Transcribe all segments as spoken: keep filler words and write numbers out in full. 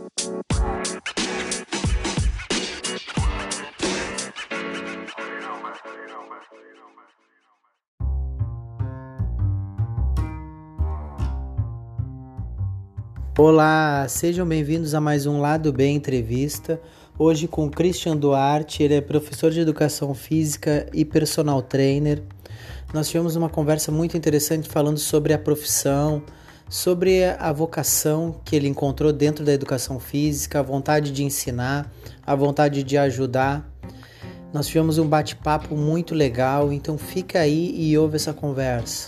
Olá, sejam bem-vindos a mais um Lado B Entrevista. Hoje com o Christian Duarte, ele é professor de Educação Física e personal trainer. Nós tivemos uma conversa muito interessante falando sobre a profissão, sobre a vocação que ele encontrou dentro da Educação Física, a vontade de ensinar, a vontade de ajudar. Nós tivemos um bate-papo muito legal, então fica aí e ouve essa conversa.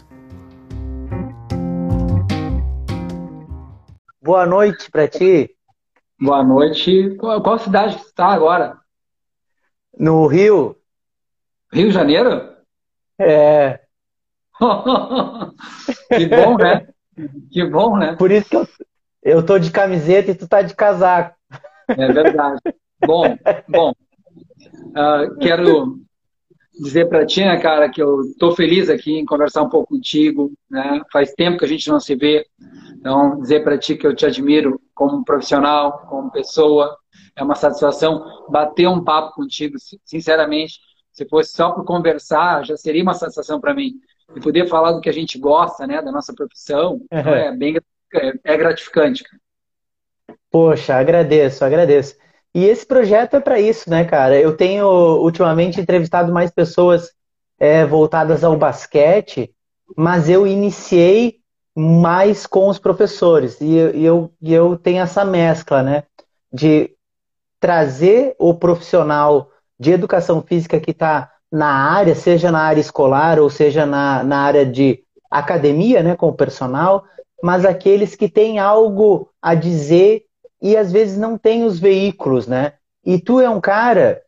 Boa noite para ti. Boa noite. Qual, qual cidade você está agora? No Rio. Rio de Janeiro? É. Que bom, né? Que bom, né? Por isso que eu, eu tô de camiseta e tu tá de casaco. É verdade. Bom, bom. Uh, quero dizer para ti, né, cara, que eu tô feliz aqui em conversar um pouco contigo, né? Faz tempo que a gente não se vê. Então, dizer para ti que eu te admiro como profissional, como pessoa, é uma satisfação bater um papo contigo, sinceramente. Se fosse só por conversar, já seria uma satisfação para mim. E poder falar do que a gente gosta, né, da nossa profissão, então é bem é gratificante. Poxa, agradeço, agradeço. E esse projeto é para isso, né, cara? Eu tenho ultimamente entrevistado mais pessoas é, voltadas ao basquete, mas eu iniciei mais com os professores. E eu, e eu, e eu tenho essa mescla, né? De trazer o profissional de educação física que está na área, seja na área escolar ou seja na, na área de academia, né, com o personal, mas aqueles que têm algo a dizer e às vezes não têm os veículos, né? E tu é um cara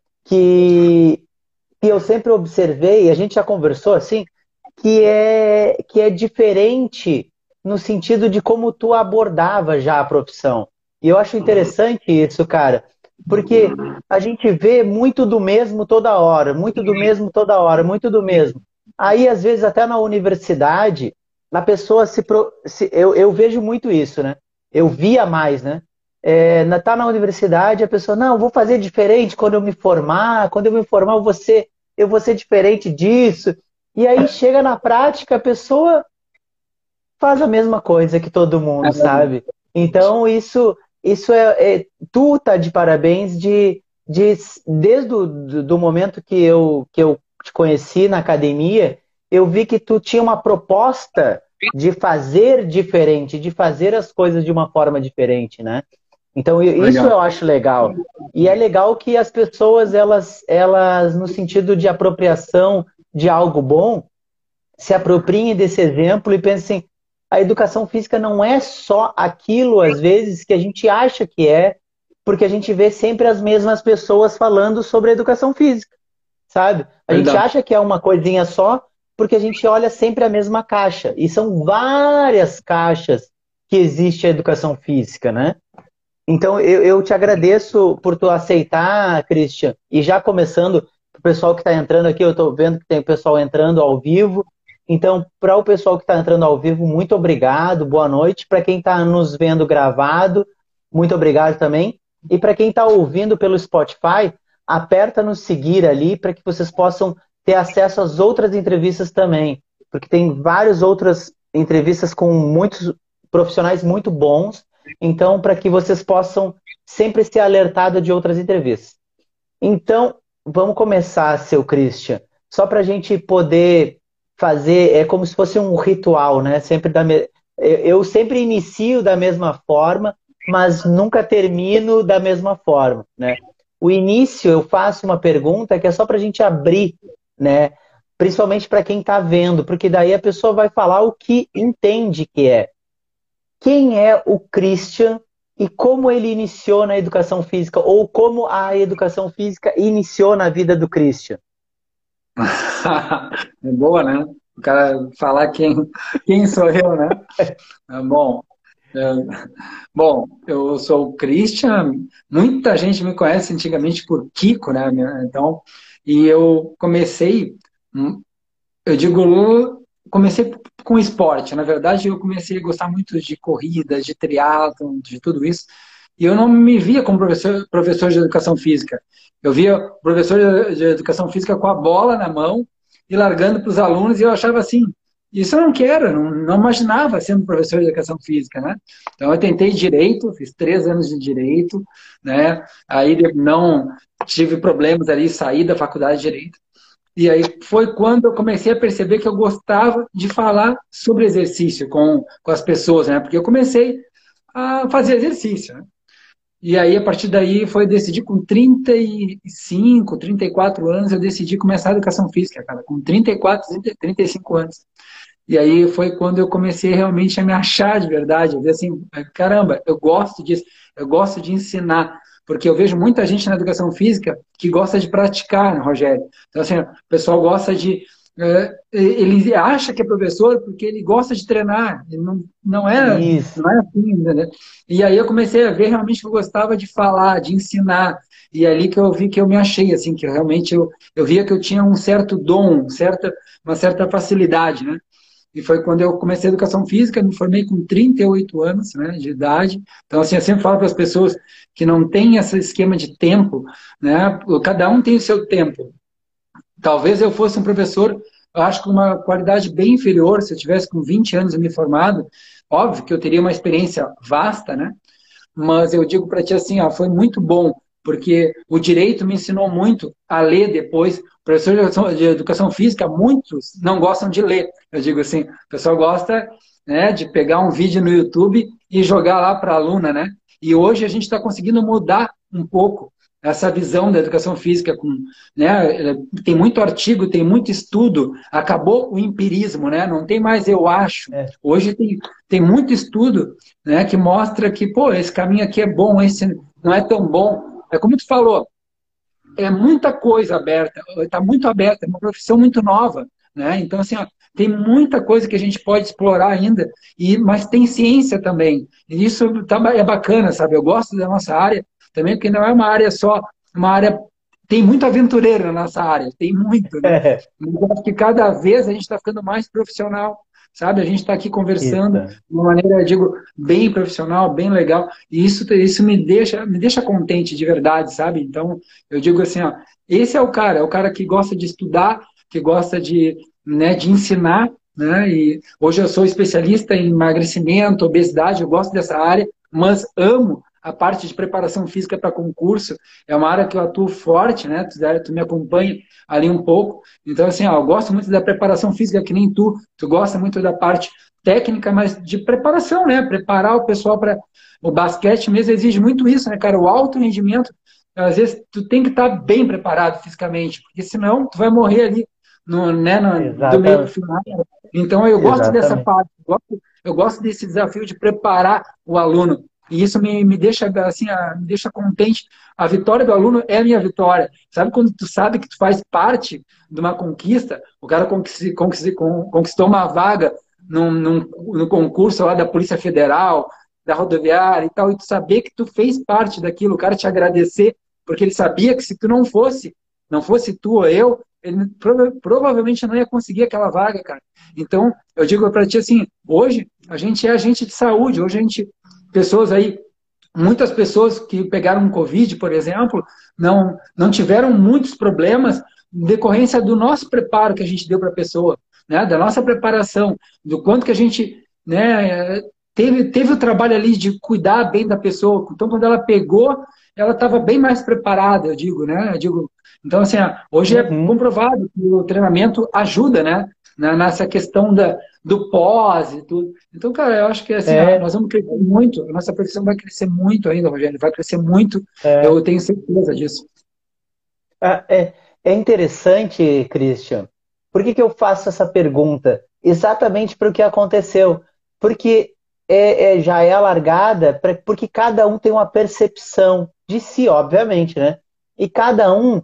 que, que eu sempre observei, a gente já conversou assim, que é, que é diferente no sentido de como tu abordava já a profissão. E eu acho interessante isso, cara, porque a gente vê muito do mesmo toda hora, muito do mesmo toda hora, muito do mesmo. Aí, às vezes, até na universidade, a pessoa se... Pro... se eu, eu vejo muito isso, né? Eu via mais, né? É, na, tá na universidade, a pessoa, não, vou fazer diferente quando eu me formar, quando eu me formar eu vou ser, eu vou ser diferente disso. E aí chega na prática, a pessoa faz a mesma coisa que todo mundo, sabe? Então, isso, isso é, é... Tu tá de parabéns de, de desde o do, do momento que eu, que eu te conheci na academia, eu vi que tu tinha uma proposta de fazer diferente, de fazer as coisas de uma forma diferente, né? Então, isso legal. Eu acho legal. E é legal que as pessoas, elas, elas, no sentido de apropriação de algo bom, se apropriem desse exemplo e pensem, a educação física não é só aquilo, às vezes, que a gente acha que é, porque a gente vê sempre as mesmas pessoas falando sobre a educação física, sabe? A Verdade. gente acha que é uma coisinha só, porque a gente olha sempre a mesma caixa. E são várias caixas que existe a educação física, né? Então, eu, eu te agradeço por tu aceitar, Christian, e já começando, o pessoal que está entrando aqui, eu estou vendo que tem o pessoal entrando ao vivo. Então, para o pessoal que está entrando ao vivo, muito obrigado, boa noite. Para quem está nos vendo gravado, muito obrigado também. E para quem está ouvindo pelo Spotify, aperta no seguir ali para que vocês possam ter acesso às outras entrevistas também. Porque tem várias outras entrevistas com muitos profissionais muito bons. Então, para que vocês possam sempre ser alertados de outras entrevistas. Então, vamos começar, seu Christian. Só para a gente poder fazer, é como se fosse um ritual, né? Sempre da me... Eu sempre inicio da mesma forma, mas nunca termino da mesma forma, né? O início, eu faço uma pergunta que é só para a gente abrir, né? Principalmente para quem está vendo, porque daí a pessoa vai falar o que entende que é. Quem é o Christian e como ele iniciou na educação física, ou como a educação física iniciou na vida do Christian? É boa, né? O cara falar quem, quem sou eu, né? É bom, é, bom, eu sou o Christian, muita gente me conhece antigamente por Kiko, né? Então, e eu comecei, eu digo, comecei com esporte. Na verdade, eu comecei a gostar muito de corrida, de triatlon, de tudo isso. e eu não me via como professor, professor de educação física. Eu via o professor de, de educação física com a bola na mão e largando para os alunos, e eu achava assim, isso eu não quero, não, não imaginava sendo professor de educação física, né? Então eu tentei direito, fiz três anos de direito, né? Aí não tive problemas ali, saí da faculdade de direito. E aí foi quando eu comecei a perceber que eu gostava de falar sobre exercício com, com as pessoas, né? Porque eu comecei a fazer exercício, né? E aí, a partir daí, foi decidir com trinta e cinco, trinta e quatro anos, eu decidi começar a educação física, cara, com trinta e quatro, trinta e cinco anos. E aí foi quando eu comecei realmente a me achar de verdade, eu vi assim, caramba, eu gosto disso, eu gosto de ensinar, porque eu vejo muita gente na educação física que gosta de praticar, né, Rogério? Então, assim, o pessoal gosta de... Ele acha que é professor porque ele gosta de treinar, não, não, é, Isso. não é assim, né? E aí eu comecei a ver realmente que eu gostava de falar, de ensinar, e é ali que eu vi que eu me achei, assim, que realmente eu, eu via que eu tinha um certo dom, certa, uma certa facilidade, né? E foi quando eu comecei a educação física, me formei com trinta e oito anos, né, de idade. Então, assim, eu sempre falo para as pessoas que não tem esse esquema de tempo, né? Cada um tem o seu tempo. Talvez eu fosse um professor, eu acho, com uma qualidade bem inferior, se eu tivesse com vinte anos e me formado. Óbvio que eu teria uma experiência vasta, né? Mas eu digo para ti assim, ó, foi muito bom, porque o direito me ensinou muito a ler depois. Professor de educação, de educação física, muitos não gostam de ler. Eu digo assim, o pessoal gosta, né, de pegar um vídeo no YouTube e jogar lá para a aluna, né? E hoje a gente está conseguindo mudar um pouco essa visão da educação física, com, né, tem muito artigo, tem muito estudo, acabou o empirismo, né, não tem mais eu acho. É. Hoje tem, tem muito estudo, né, que mostra que, pô, esse caminho aqui é bom, esse não é tão bom. É como tu falou, é muita coisa aberta, está muito aberta, é uma profissão muito nova, né, então assim, ó, tem muita coisa que a gente pode explorar ainda, e, mas tem ciência também, e isso tá, é bacana, sabe, eu gosto da nossa área, também, porque não é uma área só, uma área... Tem muito aventureiro na nossa área, tem muito, né? É. Mas acho que cada vez a gente está ficando mais profissional, sabe? A gente está aqui conversando Isso. de uma maneira, eu digo, bem profissional, bem legal, e isso, isso me deixa, me deixa contente de verdade, sabe? Então, eu digo assim, ó, esse é o cara, é o cara que gosta de estudar, que gosta de, né, de ensinar, né? E hoje eu sou especialista em emagrecimento, obesidade, eu gosto dessa área, mas amo a parte de preparação física para concurso, é uma área que eu atuo forte, né? Tu, tu me acompanha ali um pouco. Então, assim, ó, eu gosto muito da preparação física, que nem tu. Tu gosta muito da parte técnica, mas de preparação, né? Preparar o pessoal para... O basquete mesmo exige muito isso, né, cara? O alto rendimento, às vezes, tu tem que estar bem preparado fisicamente, porque senão tu vai morrer ali no, né, no, do meio para o Exatamente. final. Então, eu gosto dessa Exatamente. parte. Eu gosto, eu gosto desse desafio de preparar o aluno. E isso me, me deixa assim, a, me deixa contente. A vitória do aluno é a minha vitória. Sabe quando tu sabe que tu faz parte de uma conquista? O cara conquistou, conquistou, conquistou uma vaga num, num, no concurso lá da Polícia Federal, da rodoviária e tal, e tu saber que tu fez parte daquilo, o cara te agradecer, porque ele sabia que se tu não fosse, não fosse tu ou eu, ele prova, provavelmente não ia conseguir aquela vaga, cara. Então, eu digo para ti assim, hoje a gente é agente de saúde, hoje a gente pessoas aí, muitas pessoas que pegaram um Covid, por exemplo, não, não tiveram muitos problemas em decorrência do nosso preparo que a gente deu para a pessoa, né? Da nossa preparação, do quanto que a gente, né, teve, teve o trabalho ali de cuidar bem da pessoa. Então, quando ela pegou, ela estava bem mais preparada, eu digo, né? Eu digo, então, assim, hoje é Uhum. comprovado que o treinamento ajuda, né? Nessa questão da, do pós e tudo. Então, cara, eu acho que assim, ó, É, nós vamos crescer muito, a nossa profissão vai crescer muito ainda, Rogério, vai crescer muito, é, eu tenho certeza disso. Ah, é, é interessante, Christian. Por que que eu faço essa pergunta? Exatamente para o que aconteceu. Porque é, é- já é alargada, pra- porque cada um tem uma percepção de si, obviamente, né? E cada um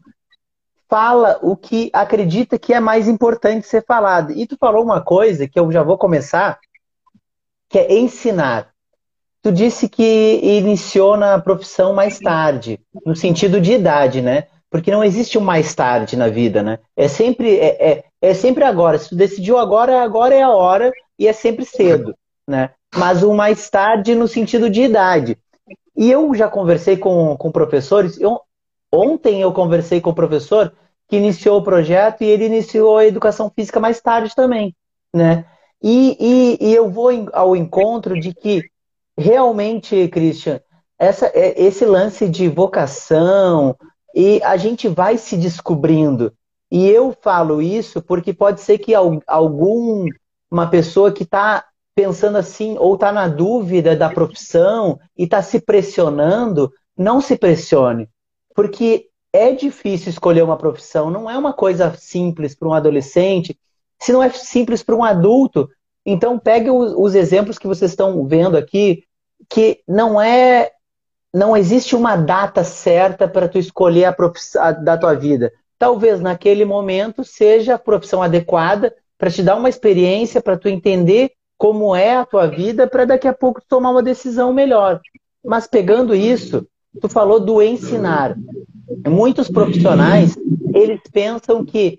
fala o que acredita que é mais importante ser falado. E tu falou uma coisa que eu já vou começar, que é ensinar. Tu disse que iniciou na profissão mais tarde, no sentido de idade, né? Porque não existe um mais tarde na vida, né? É sempre, é, é, é sempre agora. Se tu decidiu agora, agora é a hora e é sempre cedo, né? Mas o mais tarde no sentido de idade. E eu já conversei com, com professores, eu, ontem eu conversei com o professor que iniciou o projeto e ele iniciou a educação física mais tarde também, né? E, e, e eu vou ao encontro de que realmente, Christian, essa, é- esse lance de vocação, e a gente vai se descobrindo. E eu falo isso porque pode ser que al- algum, uma pessoa que está pensando assim, ou está na dúvida da profissão e está se pressionando, não se pressione. Porque é difícil escolher uma profissão, não é uma coisa simples para um adolescente, se não é simples para um adulto. Então, pegue os, os exemplos que vocês estão vendo aqui, que não é, não existe uma data certa para tu escolher a profissão a- da tua vida. Talvez naquele momento seja a profissão adequada para te dar uma experiência, para tu entender como é a tua vida, para daqui a pouco tu tomar uma decisão melhor. Mas pegando isso, tu falou do ensinar. Muitos profissionais, eles pensam que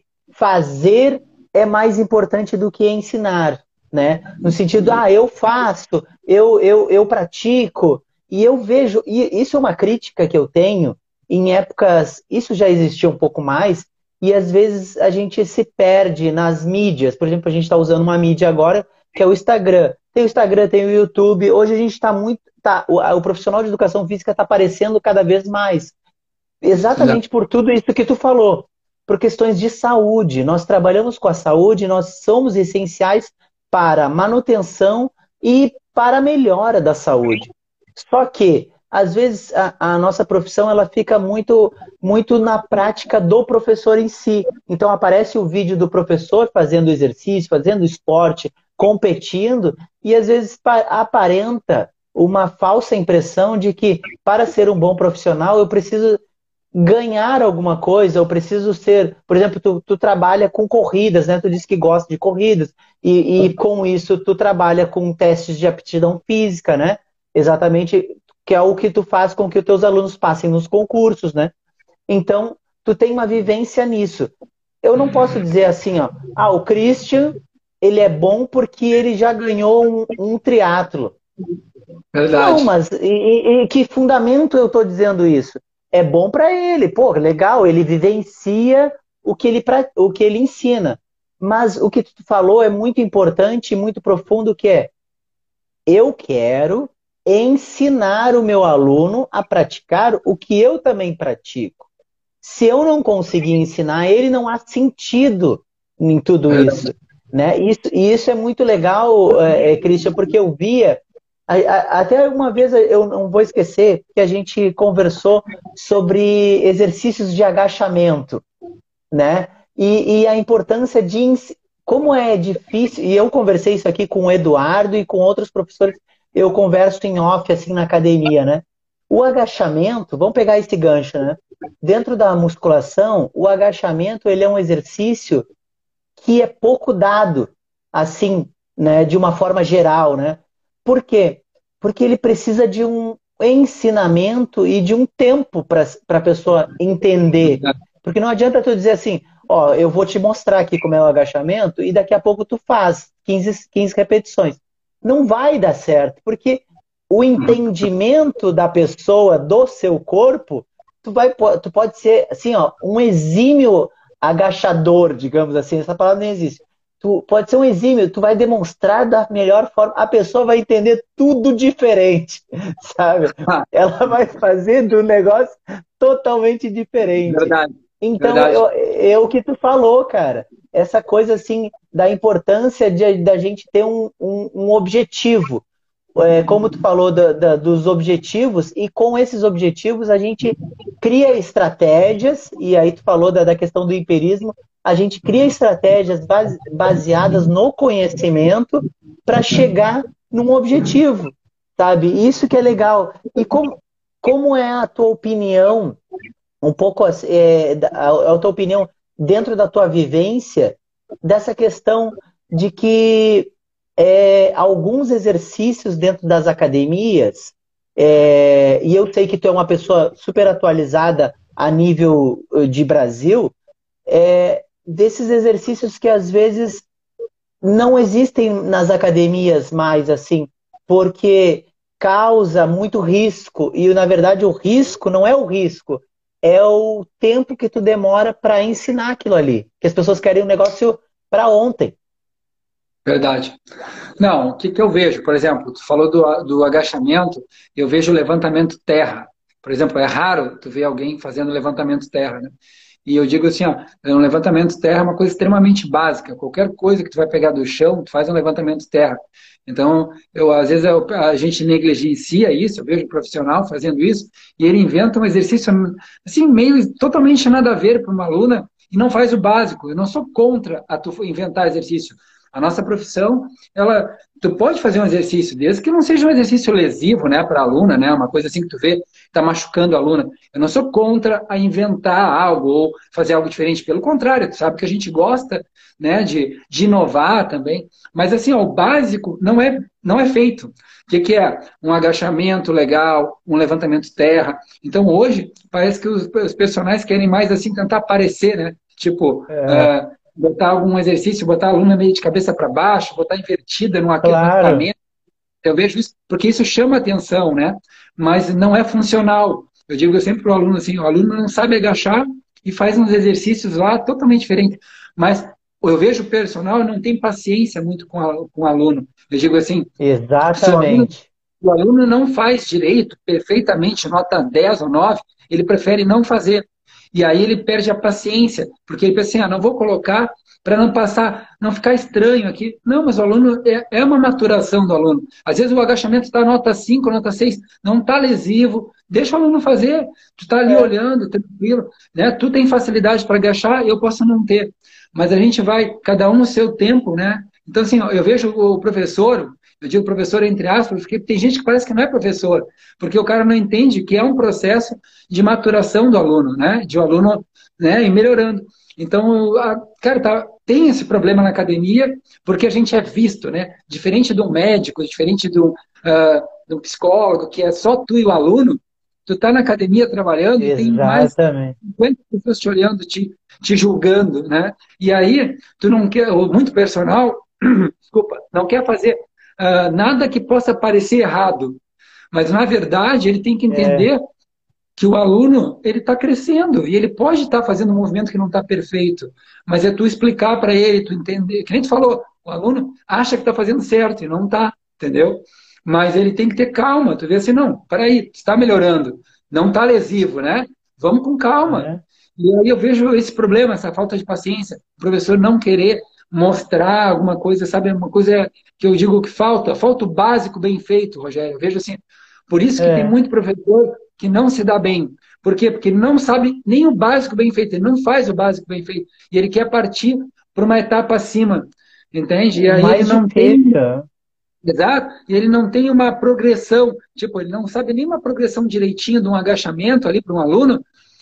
fazer é mais importante do que ensinar, né? No sentido, ah, eu faço, eu, eu, eu pratico, e eu vejo, e isso é uma crítica que eu tenho em épocas, isso já existia um pouco mais, e às vezes a gente se perde nas mídias. Por exemplo, a gente está usando uma mídia agora, que é o Instagram. Tem o Instagram, tem o YouTube, hoje a gente está muito, tá, o, o profissional de educação física está aparecendo cada vez mais. Exato. Exatamente por tudo isso que tu falou, por questões de saúde. Nós trabalhamos com a saúde, nós somos essenciais para a manutenção e para a melhora da saúde. Só que, às vezes, a, a nossa profissão ela fica muito, muito na prática do professor em si. Então, aparece o vídeo do professor fazendo exercício, fazendo esporte, competindo, e às vezes pa- aparenta uma falsa impressão de que, para ser um bom profissional, eu preciso ganhar alguma coisa, eu preciso ser, por exemplo, tu, tu trabalha com corridas, né? Tu disse que gosta de corridas, e, e com isso tu trabalha com testes de aptidão física, né? Exatamente, que é o que tu faz com que os teus alunos passem nos concursos, né? Então, tu tem uma vivência nisso. Eu não posso dizer assim, ó, ah, o Christian, ele é bom porque ele já ganhou um, um triatlo. Não, Verdade. mas e, e- e que fundamento eu estou dizendo isso? É bom para ele, pô, legal, ele vivencia o que ele, pra- o que ele ensina. Mas o que tu falou é muito importante e muito profundo, que é, eu quero ensinar o meu aluno a praticar o que eu também pratico. Se eu não conseguir ensinar ele, não há sentido em tudo Verdade. isso, né? Isso, e isso é muito legal, é, é, Christian, porque eu via, a- a- até uma vez eu não vou esquecer que a gente conversou sobre exercícios de agachamento, né? E, e a importância de ens- como é difícil, e eu conversei isso aqui com o Eduardo e com outros professores, eu converso em off, assim, na academia, né? O agachamento, vamos pegar esse gancho, né? Dentro da musculação, o agachamento, ele é um exercício que é pouco dado, assim, né, de uma forma geral, né? Por quê? Porque ele precisa de um ensinamento e de um tempo para a pessoa entender. Porque não adianta tu dizer assim, ó, eu vou te mostrar aqui como é o agachamento e daqui a pouco tu faz quinze, quinze repetições. Não vai dar certo, porque o entendimento da pessoa, do seu corpo, tu, vai, tu pode ser, assim, ó, um exímio agachador, digamos assim, essa palavra nem existe. Tu pode ser um exímio, tu vai demonstrar da melhor forma, a pessoa vai entender tudo diferente, sabe? Ah, Ela vai fazer do negócio totalmente diferente. verdade. Então, Verdade. eu, é o que tu falou, cara. Essa coisa, assim, da importância de, da gente ter um, um, um objetivo, é, como tu falou da, da, dos objetivos, e com esses objetivos a gente cria estratégias, e aí tu falou da, da questão do empirismo, a gente cria estratégias base, baseadas no conhecimento para chegar num objetivo, sabe? Isso que é legal. E como, como é a tua opinião, um pouco é, a, a tua opinião dentro da tua vivência, dessa questão de que é, alguns exercícios dentro das academias, é, e eu sei que tu é uma pessoa super atualizada a nível eh, de Brasil, é, desses exercícios que às vezes não existem nas academias mais, assim, porque causa muito risco. E, na verdade, o risco não é o risco, é o tempo que tu demora para ensinar aquilo ali. Que as pessoas querem um negócio para ontem. Verdade. Não, o que, que eu vejo? Por exemplo, tu falou do, do agachamento, eu vejo o levantamento terra. Por exemplo, é raro tu ver alguém fazendo levantamento terra, né? E eu digo assim, ó, um levantamento terra é uma coisa extremamente básica. Qualquer coisa que tu vai pegar do chão, tu faz um levantamento terra. Então, eu, às vezes eu, a gente negligencia isso, eu vejo um profissional fazendo isso, e ele inventa um exercício assim, meio totalmente nada a ver para uma aluna, e não faz o básico. Eu não sou contra a tu inventar exercício. A nossa profissão, ela, tu pode fazer um exercício desse que não seja um exercício lesivo, né, para a aluna, né, uma coisa assim que tu vê está machucando a aluna. Eu não sou contra a inventar algo ou fazer algo diferente, pelo contrário, tu sabe que a gente gosta, né, de, de inovar também, mas assim, ó, o básico não é, não é feito. O que, que é? Um agachamento legal, um levantamento terra. Então hoje parece que os, os personagens querem mais assim tentar aparecer, né, tipo... É, Uh, botar algum exercício, botar a aluna meio de cabeça para baixo, botar invertida no claro. acampamento. Eu vejo isso porque isso chama atenção, né? Mas não é funcional. Eu digo sempre para o aluno assim, o aluno não sabe agachar e faz uns exercícios lá totalmente diferentes. Mas eu vejo o personal não tem paciência muito com, a, com o aluno. Eu digo assim, se o aluno, Exatamente. o aluno não faz direito, perfeitamente, nota dez ou nove, ele prefere não fazer. E aí ele perde a paciência, porque ele pensa assim, ah, não vou colocar para não passar, não ficar estranho aqui. Não, mas o aluno, é, é uma maturação do aluno. Às vezes o agachamento está nota cinco, nota seis, não está lesivo, deixa o aluno fazer. Tu está ali É, olhando, tranquilo, né? Tu tem facilidade para agachar, eu posso não ter. Mas a gente vai, cada um no seu tempo, né? Então, assim, eu vejo o professor, eu digo professor entre aspas, porque tem gente que parece que não é professor, porque o cara não entende que é um processo de maturação do aluno, né? De o aluno, né, ir melhorando. Então, a, cara, tá, tem esse problema na academia, porque a gente é visto, né? Diferente de um médico, diferente de um, uh, de um psicólogo, que é só tu e o aluno, tu tá na academia trabalhando e tem mais exatamente. cinquenta pessoas te olhando, te, te julgando, né? E aí, tu não quer, ou muito personal, desculpa, não quer fazer uh, nada que possa parecer errado. Mas, na verdade, ele tem que É, entender que o aluno ele está crescendo e ele pode estar tá fazendo um movimento que não está perfeito, mas é tu explicar para ele, tu entender. Que nem tu falou, o aluno acha que está fazendo certo e não está, entendeu? Mas ele tem que ter calma. Tu vê assim, não, peraí, está melhorando, não está lesivo, né? Vamos com calma. é, E aí eu vejo esse problema, essa falta de paciência, o professor não querer mostrar alguma coisa, sabe? Uma coisa que eu digo que falta, falta o básico bem feito, Rogério. Eu vejo assim, por isso que tem é. muito professor que não se dá bem. Por quê? Porque ele não sabe nem o básico bem feito, ele não faz o básico bem feito. E ele quer partir para uma etapa acima, entende? E O aí ele mais não tem, difícil. exato, e ele não tem uma progressão, tipo, ele não sabe nem uma progressão direitinho de um agachamento ali para um aluno,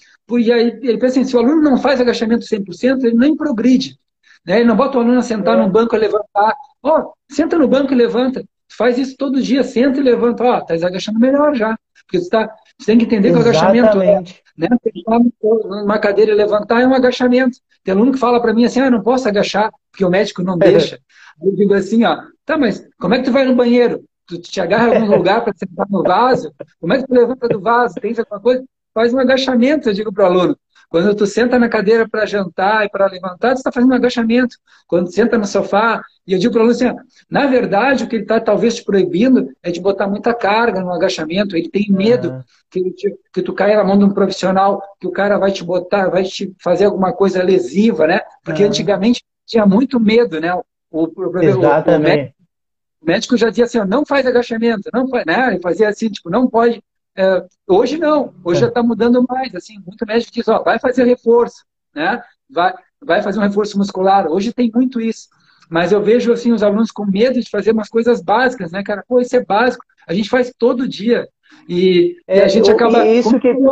e aí ele pensa assim, se o aluno não faz agachamento cem por cento, ele nem progride. Né? Ele não bota o aluno a sentar num É, banco e levantar. Ó, oh, senta no banco e levanta. Faz isso todo dia, senta e levanta. Ó, oh, tá agachando melhor já. Porque você, tá, você tem que entender que o agachamento é, exatamente. né, numa cadeira e levantar é um agachamento. Tem aluno que fala para mim assim, ah, eu não posso agachar, porque o médico não deixa. Eu digo assim, ó, tá, mas como é que tu vai no banheiro? Tu te agarra em algum lugar para sentar no vaso? Como é que tu levanta do vaso? Tem alguma coisa? Faz um agachamento, eu digo para o aluno. Quando tu senta na cadeira para jantar e para levantar, tu está fazendo um agachamento. Quando tu senta no sofá, e eu digo para o aluno assim, na verdade, o que ele está talvez te proibindo é de botar muita carga no agachamento. Ele tem medo Uhum. que, te, que tu caia na mão de um profissional, que o cara vai te botar, vai te fazer alguma coisa lesiva, né? Porque Uhum. antigamente tinha muito medo, né? O, o, o, o médico Exatamente. o médico já dizia assim, ó, não faz agachamento, não faz, né? Ele fazia assim, tipo, não pode. É, hoje não, hoje já está mudando mais, assim, muito médico diz, ó, vai fazer reforço, né? Vai, vai fazer um reforço muscular. Hoje tem muito isso. Mas eu vejo, assim, os alunos com medo de fazer umas coisas básicas, né, cara? Pô, isso é básico. A gente faz todo dia. E, e a É, gente o- acaba... e isso Como... que,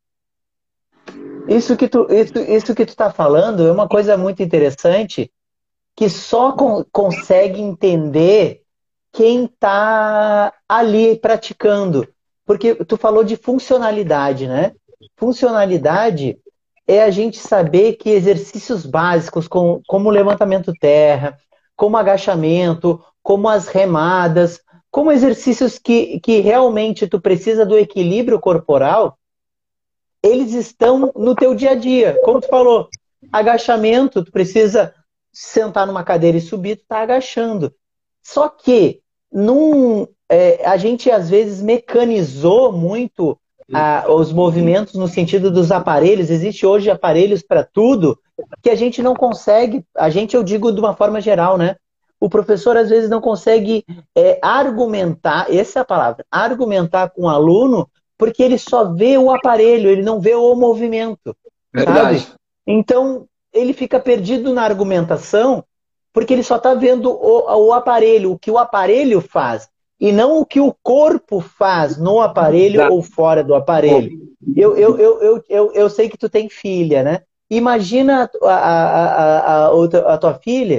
isso que tu, isso, isso que tu tá falando é uma coisa muito interessante que só con- consegue entender quem está ali praticando. Porque tu falou de funcionalidade, né? Funcionalidade é a gente saber que exercícios básicos, como, como levantamento terra, como agachamento, como as remadas, como exercícios que, que realmente tu precisa do equilíbrio corporal, eles estão no teu dia a dia. Como tu falou, agachamento, tu precisa sentar numa cadeira e subir, tu tá agachando. Só que num, é, a gente às vezes mecanizou muito a, os movimentos no sentido dos aparelhos. Existe hoje aparelhos para tudo que a gente não consegue, a gente eu digo de uma forma geral, né? O professor às vezes não consegue é, argumentar, essa é a palavra, argumentar com o aluno, porque ele só vê o aparelho, ele não vê o movimento, Verdade. sabe? Então, ele fica perdido na argumentação, porque ele só está vendo o, o aparelho, o que o aparelho faz, e não o que o corpo faz no aparelho Exato. ou fora do aparelho. Eu, eu, eu, eu, eu, eu sei que tu tem filha, né? Imagina a, a, a, a, a tua filha,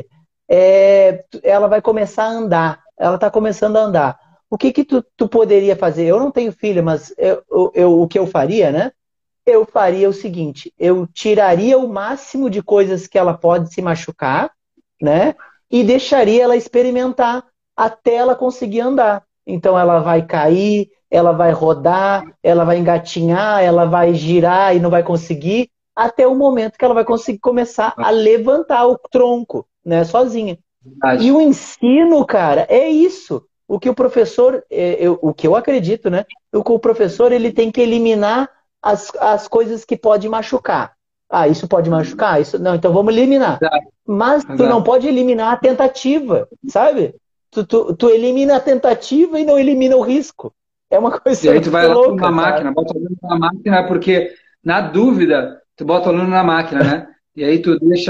é, ela vai começar a andar, ela está começando a andar. O que que tu, tu poderia fazer? Eu não tenho filha, mas eu, eu, eu, o que eu faria, né? Eu faria o seguinte, eu tiraria o máximo de coisas que ela pode se machucar, né? E deixaria ela experimentar até ela conseguir andar. Então ela vai cair, ela vai rodar, ela vai engatinhar, ela vai girar e não vai conseguir, até o momento que ela vai conseguir começar a levantar o tronco, né? Sozinha. E Verdade. o ensino, cara, é isso. O que o professor, é, eu- o que eu acredito, né? O que o professor ele tem que eliminar as, as coisas que podem machucar. Ah, isso pode machucar? Isso não, então vamos eliminar. Exato. Mas tu não Exato. pode eliminar a tentativa, sabe? Tu, tu, tu elimina a tentativa e não elimina o risco. É uma E coisa aí tu vai meio lá louca, na sabe? máquina, bota o aluno na máquina, porque na dúvida, tu bota o aluno na máquina, né? E aí tu deixa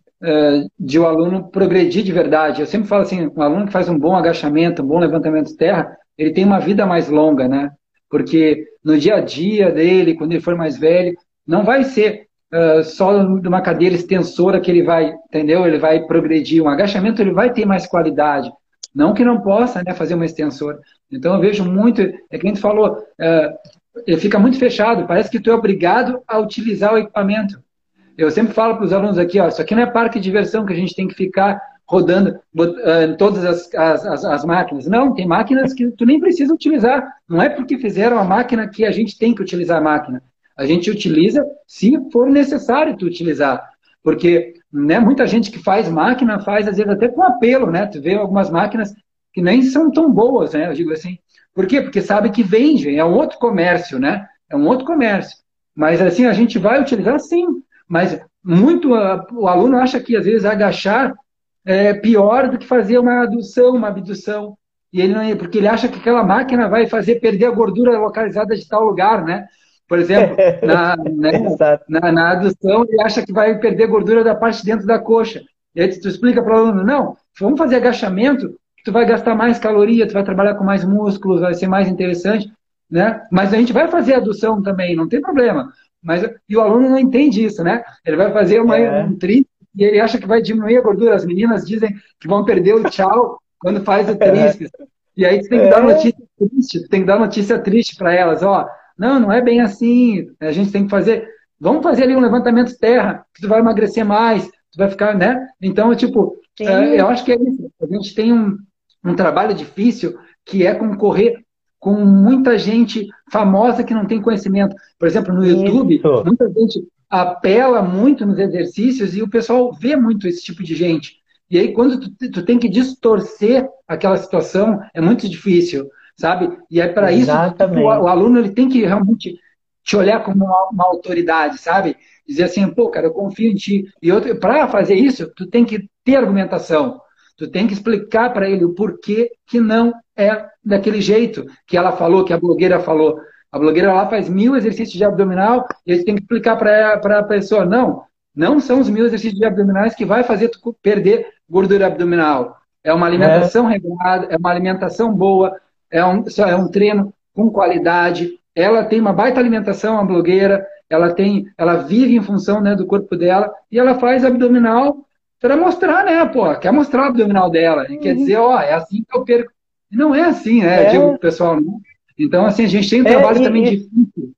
eh, de o aluno progredir de verdade. Eu sempre falo assim, um aluno que faz um bom agachamento, um bom levantamento de terra, ele tem uma vida mais longa, né? Porque no dia a dia dele, quando ele for mais velho, não vai ser eh, só de uma cadeira extensora que ele vai, entendeu? Ele vai progredir. Um agachamento ele vai ter mais qualidade. Não que não possa, né, fazer uma extensora. Então eu vejo muito, é que a gente falou, é, ele fica muito fechado, parece que tu é obrigado a utilizar o equipamento. Eu sempre falo para os alunos aqui, ó, isso aqui não é parque de diversão que a gente tem que ficar rodando em todas as, as, as, as máquinas. Não, tem máquinas que tu nem precisa utilizar. Não é porque fizeram a máquina que a gente tem que utilizar a máquina. A gente utiliza se for necessário tu utilizar. Porque né, muita gente que faz máquina faz, às vezes, até com apelo, né? Tu vê algumas máquinas que nem são tão boas, né? Eu digo assim. Por quê? Porque sabe que vende, é um outro comércio, né? É um outro comércio. Mas assim, a gente vai utilizar sim. Mas muito uh, o aluno acha que às vezes agachar é pior do que fazer uma adução, uma abdução. E ele não é, porque ele acha que aquela máquina vai fazer perder a gordura localizada de tal lugar, né? Por exemplo, na, né, Exato. na, na adução, ele acha que vai perder gordura da parte de dentro da coxa. E aí tu explica para o aluno, não, vamos fazer agachamento, tu vai gastar mais caloria, tu vai trabalhar com mais músculos, vai ser mais interessante, né? Mas a gente vai fazer adução também, não tem problema. Mas, e o aluno não entende isso, né? Ele vai fazer uma, É, um tríceps e ele acha que vai diminuir a gordura. As meninas dizem que vão perder o tchau quando faz o tríceps. E aí tu tem que dar é, notícia triste, tu tem que dar notícia triste para elas, ó, não, não é bem assim, a gente tem que fazer, vamos fazer ali um levantamento de terra, que tu vai emagrecer mais, tu vai ficar, né? Então, tipo, eu sim, acho que é isso. A gente tem um, um trabalho difícil que é concorrer com muita gente famosa que não tem conhecimento. Por exemplo, no YouTube, isso. muita gente apela muito nos exercícios e o pessoal vê muito esse tipo de gente. E aí, quando tu, tu tem que distorcer aquela situação, é muito difícil, sabe? E aí, para isso, tu, tu, o Exatamente. aluno ele tem que realmente te olhar como uma, uma autoridade, sabe? Dizer assim, pô, cara, eu confio em ti. E para fazer isso, tu tem que ter argumentação. Tu tem que explicar para ele o porquê que não é daquele jeito que ela falou, que a blogueira falou. A blogueira lá faz mil exercícios de abdominal e aí tem que explicar para a pessoa, não, não são os mil exercícios de abdominais que vai fazer tu perder gordura abdominal. É uma É, alimentação regrada, é uma alimentação boa, é um, é um treino com qualidade. Ela tem uma baita alimentação, a blogueira, ela tem, ela vive em função, né, do corpo dela e ela faz abdominal para mostrar, né, pô, quer mostrar o abdominal dela e quer dizer, ó, é assim que eu perco. E não é assim, né? Eu digo é, pro pessoal, não. Então, assim, a gente tem um é, trabalho também e, e- difícil.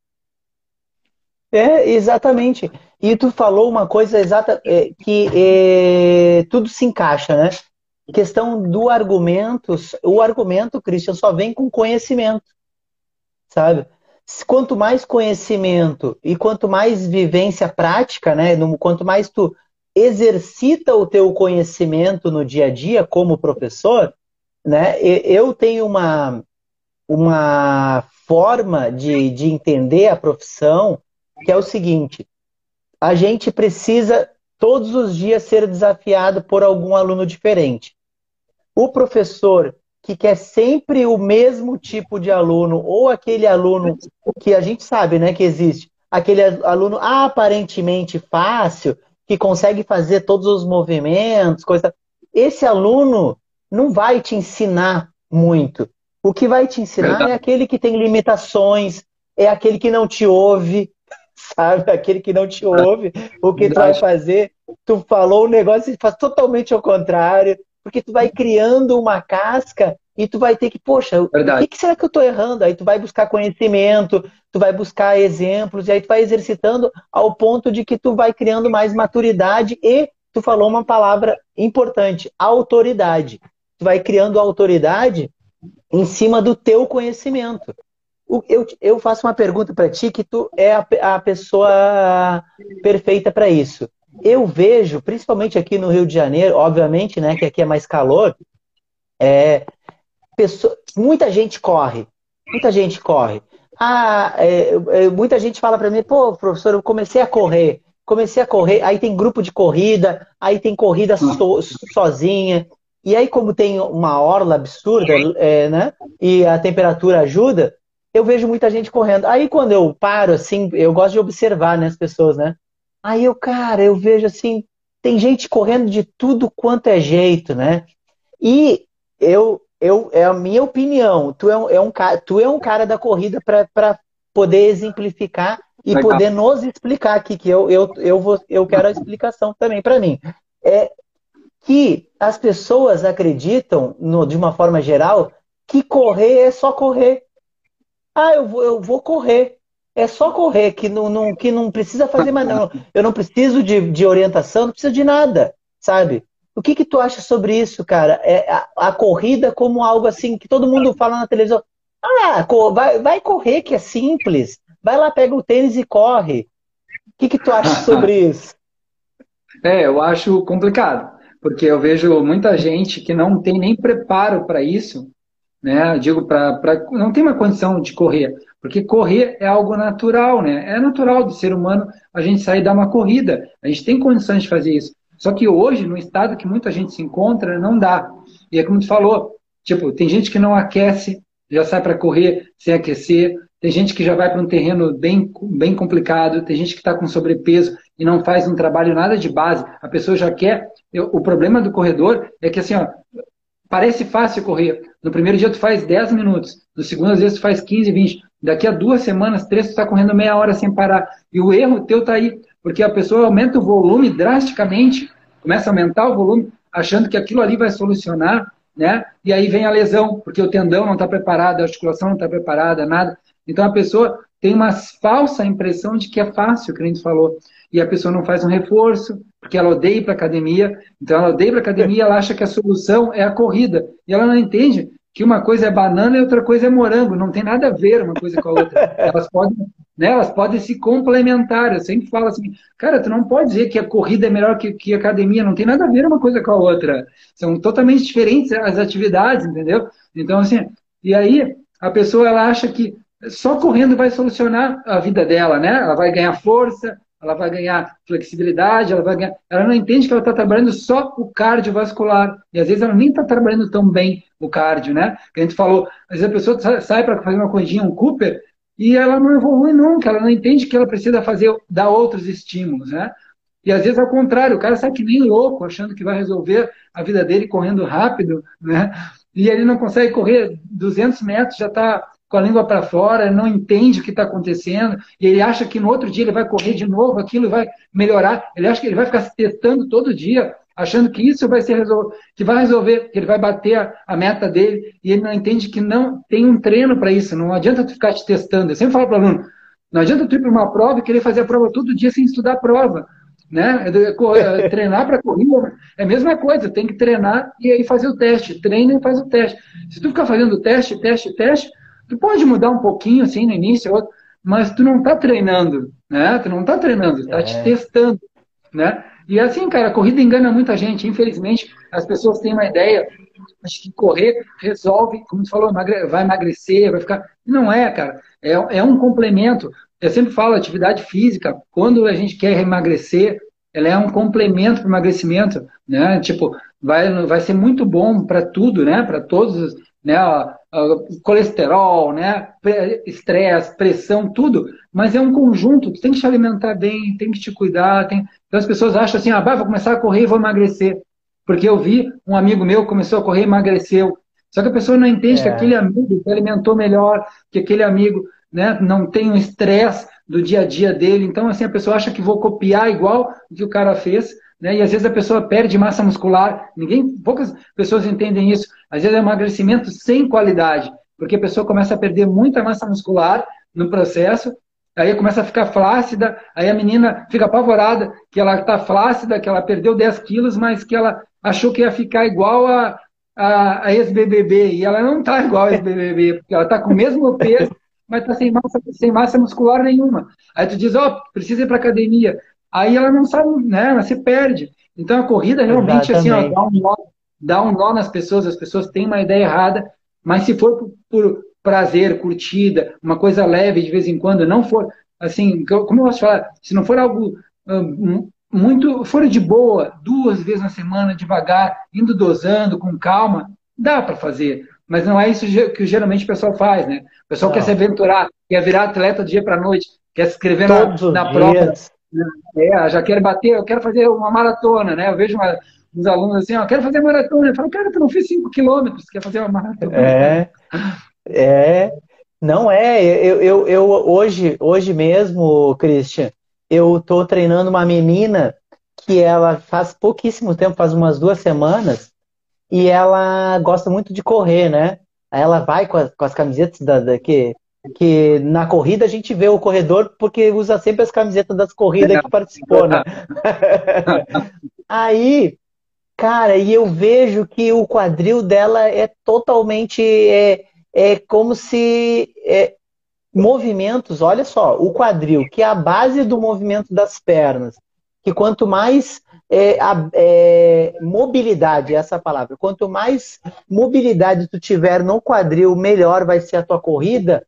é, exatamente. E tu falou uma coisa exata, é, que é, tudo se encaixa, né? questão do argumento, o argumento, Christian, só vem com conhecimento, sabe? Quanto mais conhecimento e quanto mais vivência prática, né? Quanto mais tu exercita o teu conhecimento no dia a dia como professor, né? Eu tenho uma, uma forma de, de entender a profissão que é o seguinte: a gente precisa todos os dias ser desafiado por algum aluno diferente. O professor que quer sempre o mesmo tipo de aluno, ou aquele aluno que a gente sabe, né, que existe, aquele aluno aparentemente fácil, que consegue fazer todos os movimentos, coisa. Esse aluno não vai te ensinar muito. O que vai te ensinar Verdade. É aquele que tem limitações, é aquele que não te ouve, sabe? Aquele que não te ouve, o que Verdade. Tu vai fazer, tu falou um negócio e faz totalmente ao contrário, porque tu vai criando uma casca e tu vai ter que, poxa, Verdade. O que, que será que eu estou errando? Aí tu vai buscar conhecimento, tu vai buscar exemplos, e aí tu vai exercitando ao ponto de que tu vai criando mais maturidade e tu falou uma palavra importante, autoridade. Tu vai criando autoridade em cima do teu conhecimento. Eu, eu faço uma pergunta para ti que tu é a, a pessoa perfeita para isso. Eu vejo, principalmente aqui no Rio de Janeiro, obviamente, né, que aqui é mais calor, é, pessoa, muita gente corre, muita gente corre. Ah, é, é, muita gente fala para mim, pô, professor, eu comecei a correr, comecei a correr, aí tem grupo de corrida, aí tem corrida so, sozinha, e aí como tem uma orla absurda, é, né, e a temperatura ajuda, eu vejo muita gente correndo. Aí quando eu paro, assim, eu gosto de observar, né, as pessoas, né, aí eu, cara, eu vejo assim, tem gente correndo de tudo quanto é jeito, né? E eu, eu é a minha opinião, tu é um, é um, tu é um cara da corrida para poder exemplificar e Legal. Poder nos explicar aqui, que eu, eu, eu, vou, eu quero a explicação também para mim. É que as pessoas acreditam, no, de uma forma geral, que correr é só correr. Ah, eu vou, eu vou correr. É só correr, que não, não, que não precisa fazer mais não. Eu não preciso de, de orientação, não preciso de nada, sabe? O que que tu acha sobre isso, cara? É a, a corrida como algo assim, que todo mundo fala na televisão. Ah, vai, vai correr, que é simples. Vai lá, pega o tênis e corre. O que que tu acha sobre isso? É, eu acho complicado, porque eu vejo muita gente que não tem nem preparo para isso, né? Eu digo, pra, pra, não tem uma condição de correr, porque correr é algo natural, né? É natural do ser humano a gente sair e dar uma corrida. A gente tem condições de fazer isso. Só que hoje, no estado que muita gente se encontra, não dá. E é como tu falou, tipo, tem gente que não aquece, já sai para correr sem aquecer, tem gente que já vai para um terreno bem, bem complicado, tem gente que está com sobrepeso e não faz um trabalho nada de base, a pessoa já quer... Eu, o problema do corredor é que assim, ó, parece fácil correr. No primeiro dia tu faz dez minutos, no segundo às vezes tu faz quinze, vinte, daqui a duas semanas, três, tu está correndo meia hora sem parar. E o erro teu está aí, porque a pessoa aumenta o volume drasticamente, começa a aumentar o volume, achando que aquilo ali vai solucionar, né? E aí vem a lesão, porque o tendão não está preparado, a articulação não está preparada, nada. Então a pessoa tem uma falsa impressão de que é fácil, que a gente falou. E a pessoa não faz um reforço, porque ela odeia ir para a academia. Então ela odeia ir para a academia, ela acha que a solução é a corrida. E ela não entende que uma coisa é banana e outra coisa é morango. Não tem nada a ver uma coisa com a outra. Elas podem, né, elas podem se complementar. Eu sempre falo assim, cara, tu não pode dizer que a corrida é melhor que, que a academia. Não tem nada a ver uma coisa com a outra. São totalmente diferentes as atividades, entendeu? Então, assim, e aí a pessoa ela acha que só correndo vai solucionar a vida dela, né? Ela vai ganhar força, ela vai ganhar flexibilidade, ela vai ganhar... Ela não entende que ela está trabalhando só o cardiovascular. E às vezes ela nem está trabalhando tão bem o cardio, né? Que a gente falou, às vezes a pessoa sai para fazer uma corridinha, um Cooper, e ela não evolui nunca, ela não entende que ela precisa fazer, dar outros estímulos, né? E às vezes ao contrário, o cara sai que nem louco, achando que vai resolver a vida dele correndo rápido, né? E ele não consegue correr duzentos metros, já está com a língua para fora, não entende o que está acontecendo, e ele acha que no outro dia ele vai correr de novo, aquilo vai melhorar, ele acha que ele vai ficar se testando todo dia, achando que isso vai ser resol... que vai resolver, que ele vai bater a, a meta dele, e ele não entende que não tem um treino para isso, não adianta tu ficar te testando. Eu sempre falo para o aluno, não adianta tu ir para uma prova e querer fazer a prova todo dia sem estudar a prova. né? Treinar para corrida é a mesma coisa, tem que treinar e aí fazer o teste. Treina e faz o teste. Se tu ficar fazendo teste, teste, teste, tu pode mudar um pouquinho assim no início, mas tu não está treinando, né? Tu não está treinando, está é. te testando, né? E assim, cara, a corrida engana muita gente. Infelizmente, as pessoas têm uma ideia, acho que correr resolve, como você falou, vai emagrecer, vai ficar... Não é, cara. É, é um complemento. Eu sempre falo, atividade física, quando a gente quer emagrecer, ela é um complemento para o emagrecimento, né? Tipo, vai, vai ser muito bom para tudo, né? Para todos, né? Colesterol, né? Estresse, pressão, tudo. Mas é um conjunto. Tu tem que te alimentar bem, tem que te cuidar. Tem... Então as pessoas acham assim, ah, vai, vou começar a correr e vou emagrecer. Porque eu vi um amigo meu que começou a correr e emagreceu. Só que a pessoa não entende é. que aquele amigo se alimentou melhor, que aquele amigo, né, não tem um estresse do dia a dia dele. Então, assim, a pessoa acha que vou copiar igual o que o cara fez, né? E às vezes a pessoa perde massa muscular. Ninguém, poucas pessoas entendem isso. Às vezes é emagrecimento sem qualidade, porque a pessoa começa a perder muita massa muscular no processo, aí começa a ficar flácida, aí a menina fica apavorada que ela está flácida, que ela perdeu dez quilos, mas que ela achou que ia ficar igual a, a, a ex-B B B, e ela não está igual a ex-B B B, porque ela está com o mesmo peso, mas está sem massa, sem massa muscular nenhuma. Aí tu diz, ó, oh, precisa ir para academia. Aí ela não sabe, né, ela se perde. Então a corrida realmente, assim, ó, dá um nó, dá um nó nas pessoas, as pessoas têm uma ideia errada, mas se for por, por prazer, curtida, uma coisa leve de vez em quando, não for, assim, como eu posso falar, se não for algo um, muito, for de boa, duas vezes na semana, devagar, indo dosando, com calma, dá para fazer. Mas não é isso que geralmente o pessoal faz, né? O pessoal não. quer se aventurar, quer virar atleta do dia para a noite, quer se inscrever na, na prova. É, já quero bater, eu quero fazer uma maratona, né? Eu vejo uma, uns alunos assim, ó, quero fazer maratona. Eu falo, cara, tu não fez cinco quilômetros, quer fazer uma maratona? É, é, não é. Eu, eu, eu hoje, hoje mesmo, Christian, eu tô treinando uma menina que ela faz pouquíssimo tempo, faz umas duas semanas, e ela gosta muito de correr, né? Aí ela vai com as, com as camisetas da, da que, que na corrida a gente vê o corredor porque usa sempre as camisetas das corridas que participou, né? Aí, cara, e eu vejo que o quadril dela é totalmente, é, é como se é, movimentos, olha só, o quadril, que é a base do movimento das pernas, que quanto mais é, a, é, mobilidade, essa palavra, quanto mais mobilidade tu tiver no quadril, melhor vai ser a tua corrida.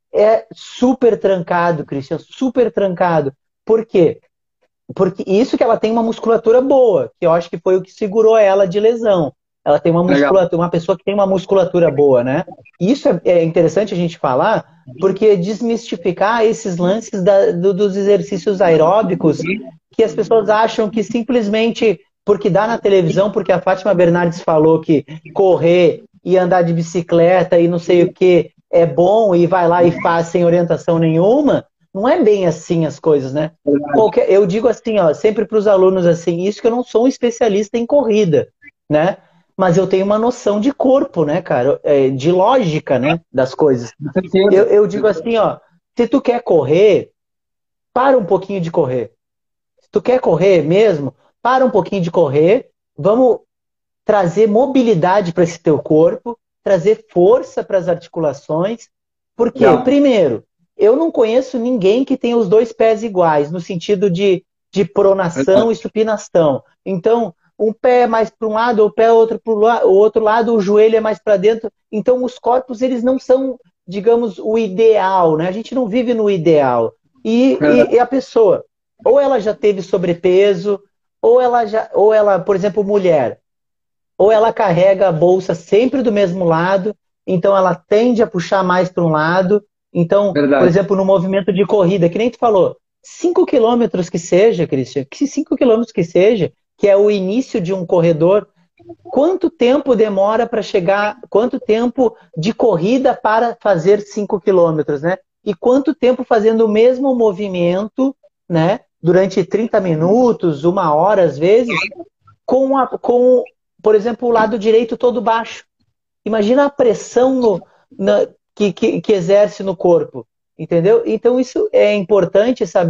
É super trancado, Christian, super trancado. Por quê? Porque isso que ela tem uma musculatura boa, que eu acho que foi o que segurou ela de lesão. Ela tem uma musculatura, Legal. uma pessoa que tem uma musculatura boa, né? E isso é, é interessante a gente falar, porque desmistificar esses lances da, do, dos exercícios aeróbicos, que as pessoas acham que simplesmente porque dá na televisão, porque a Fátima Bernardes falou que correr e andar de bicicleta e não sei o que é bom e vai lá e faz sem orientação nenhuma, não é bem assim as coisas, né? Qualquer, eu digo assim, ó, sempre para os alunos assim, isso que eu não sou um especialista em corrida, né? Mas eu tenho uma noção de corpo, né, cara? De lógica, né, das coisas. Eu, eu digo assim, ó, se tu quer correr, para um pouquinho de correr. Se tu quer correr mesmo, para um pouquinho de correr, vamos trazer mobilidade para esse teu corpo, trazer força para as articulações, porque, não. primeiro, eu não conheço ninguém que tenha os dois pés iguais, no sentido de, de pronação e supinação. Então, um pé é mais para um lado, o pé outro para o outro lado, o joelho é mais para dentro. Então, os corpos, eles não são, digamos, o ideal, né? A gente não vive no ideal. E, e, e a pessoa, ou ela já teve sobrepeso, ou ela, já, ou ela, por exemplo, mulher, ou ela carrega a bolsa sempre do mesmo lado, então ela tende a puxar mais para um lado. Então, Verdade. por exemplo, no movimento de corrida, que nem tu falou, cinco quilômetros que seja, Christian, que cinco quilômetros que seja, que é o início de um corredor, quanto tempo demora para chegar, quanto tempo de corrida para fazer cinco quilômetros, né? E quanto tempo fazendo o mesmo movimento, né? Durante trinta minutos, uma hora às vezes, com, a, com por exemplo, o lado direito todo baixo. Imagina a pressão no, na, que, que, que exerce no corpo, entendeu? Então isso é importante saber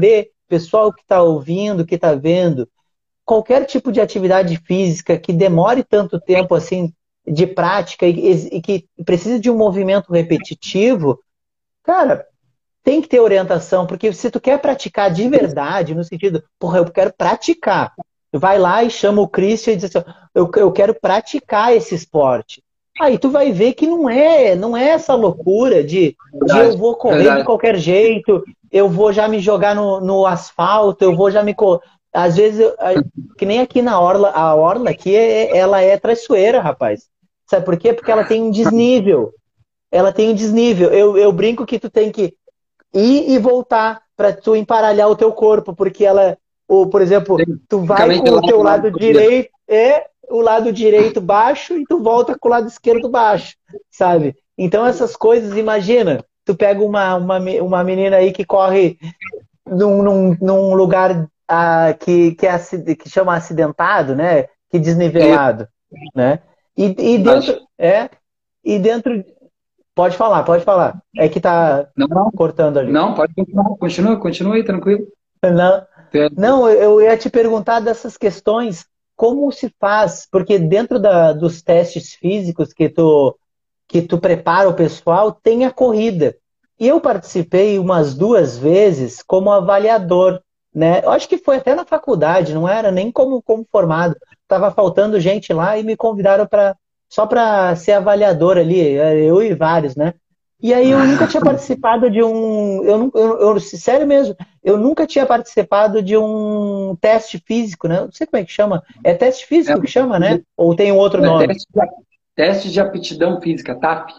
pessoal que está ouvindo, que está vendo, qualquer tipo de atividade física que demore tanto tempo assim de prática e, e que precise de um movimento repetitivo, cara, tem que ter orientação, porque se tu quer praticar de verdade, no sentido, porra, eu quero praticar, vai lá e chama o Christian e diz assim, eu, eu quero praticar esse esporte. Aí tu vai ver que não é, não é essa loucura de, de eu Verdade, vou correr de verdade. qualquer jeito, eu vou já me jogar no, no asfalto, eu vou já me... co- Às vezes, eu- a- que nem aqui na Orla, a Orla aqui, é- ela é traiçoeira, rapaz. Sabe por quê? Porque ela tem um desnível. Ela tem um desnível. Eu, eu brinco que tu tem que ir e voltar para tu emparalhar o teu corpo, porque ela, ou, por exemplo, Sim, tu fica vai meio com de o lado, teu lado lado com o dedo. direito, é o lado direito baixo e tu volta com o lado esquerdo baixo, sabe? Então essas coisas, imagina, tu pega uma, uma, uma menina aí que corre num, num, num lugar ah, que, que, é, acid- que chama acidentado, né? Que É, desnivelado, né? E, e verdade. dentro, é, e dentro, pode falar, pode falar. É que tá Não, não, cortando ali. não, pode continuar, continua, continua aí, tranquilo. Não, É, não, eu ia te perguntar dessas questões, como se faz? Porque dentro da, dos testes físicos que tu, que tu prepara o pessoal, tem a corrida. E eu participei umas duas vezes como avaliador, né? Eu acho que foi até na faculdade, não era nem como, como formado. Tava faltando gente lá e me convidaram para só para ser avaliador ali, eu e vários, né? E aí eu nunca tinha participado de um, eu, não- eu, eu sério mesmo, eu nunca tinha participado de um teste físico, né? Não sei como é que chama. É teste é, físico que chama, né? Ou tem um outro é nome? teste, de- teste de aptidão física, T A F.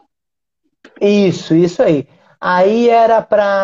Isso, isso aí. Aí era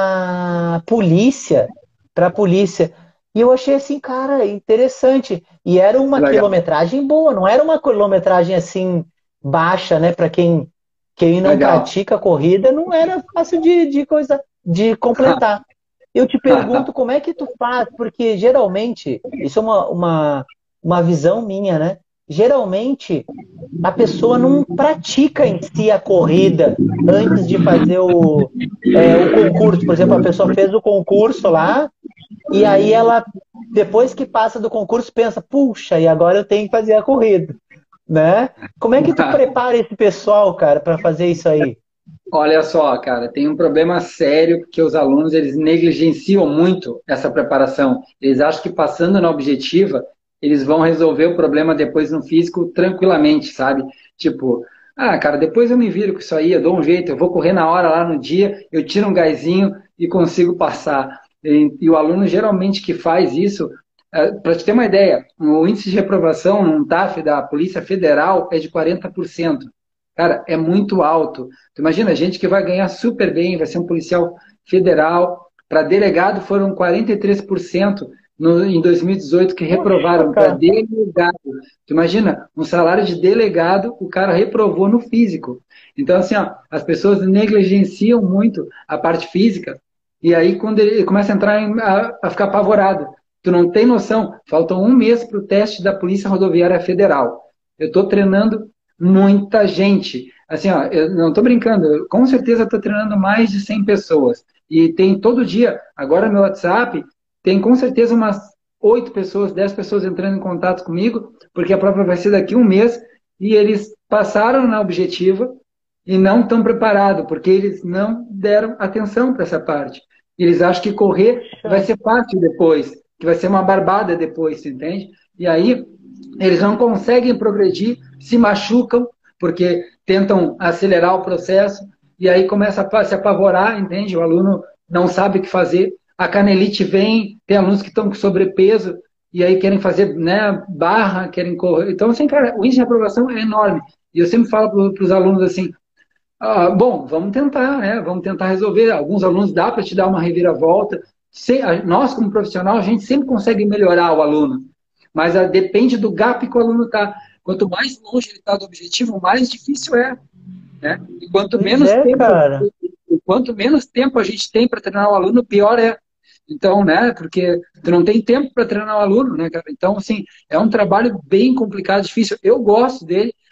pra polícia, pra polícia. E eu achei assim, cara, interessante. E era uma Legal. quilometragem boa, não era uma quilometragem assim baixa, né? Para quem, quem não Legal. pratica corrida, não era fácil de, de coisa de completar. Eu te pergunto como é que tu faz, porque geralmente, isso é uma, uma, uma visão minha, né? Geralmente a pessoa não pratica em si a corrida antes de fazer o, é, o concurso. Por exemplo, a pessoa fez o concurso lá e aí ela, depois que passa do concurso, pensa, puxa, e agora eu tenho que fazer a corrida, né? Como é que tu prepara esse pessoal, cara, para fazer isso aí? Olha só, cara, tem um problema sério porque os alunos eles negligenciam muito essa preparação. Eles acham que passando na objetiva, eles vão resolver o problema depois no físico tranquilamente, sabe? Tipo, ah, cara, depois eu me viro com isso aí, eu dou um jeito, eu vou correr na hora lá no dia, eu tiro um gásinho e consigo passar. E, e o aluno geralmente que faz isso, para te ter uma ideia, o índice de reprovação num T A F da Polícia Federal é de quarenta por cento. Cara, é muito alto. Tu imagina, gente que vai ganhar super bem, vai ser um policial federal. Para delegado foram quarenta e três por cento no, em dois mil e dezoito que Poxa, reprovaram para cara. delegado. Tu imagina, um salário de delegado, o cara reprovou no físico. Então, assim, ó, as pessoas negligenciam muito a parte física e aí quando ele começa a entrar em, a, a ficar apavorado. Tu não tem noção, falta um mês para o teste da Polícia Rodoviária Federal. Eu estou treinando muita gente. Assim, ó, eu não estou brincando, eu, com certeza estou treinando mais de cem pessoas. E tem todo dia, agora meu WhatsApp, tem com certeza umas oito pessoas, dez pessoas entrando em contato comigo, porque a prova vai ser daqui a um mês, e eles passaram na objetiva e não estão preparados, porque eles não deram atenção para essa parte. Eles acham que correr vai ser fácil depois, que vai ser uma barbada depois, entende? E aí eles não conseguem progredir, se machucam, porque tentam acelerar o processo, e aí começa a se apavorar, entende? O aluno não sabe o que fazer, a canelite vem, tem alunos que estão com sobrepeso, e aí querem fazer né, barra, querem correr. Então, assim, cara, o índice de aprovação é enorme. E eu sempre falo para os alunos assim, ah, bom, vamos tentar, né? Vamos tentar resolver. Alguns alunos dá para te dar uma reviravolta. Se, a, nós, como profissional, a gente sempre consegue melhorar o aluno, mas a, depende do gap que o aluno está. Quanto mais longe ele está do objetivo, mais difícil é. Né? E quanto Pois menos é, tempo, cara. quanto menos tempo a gente tem para treinar o aluno, pior é. Então, né? Porque tu não tem tempo para treinar o aluno, né, cara? Então, assim, é um trabalho bem complicado, difícil. Eu gosto dele,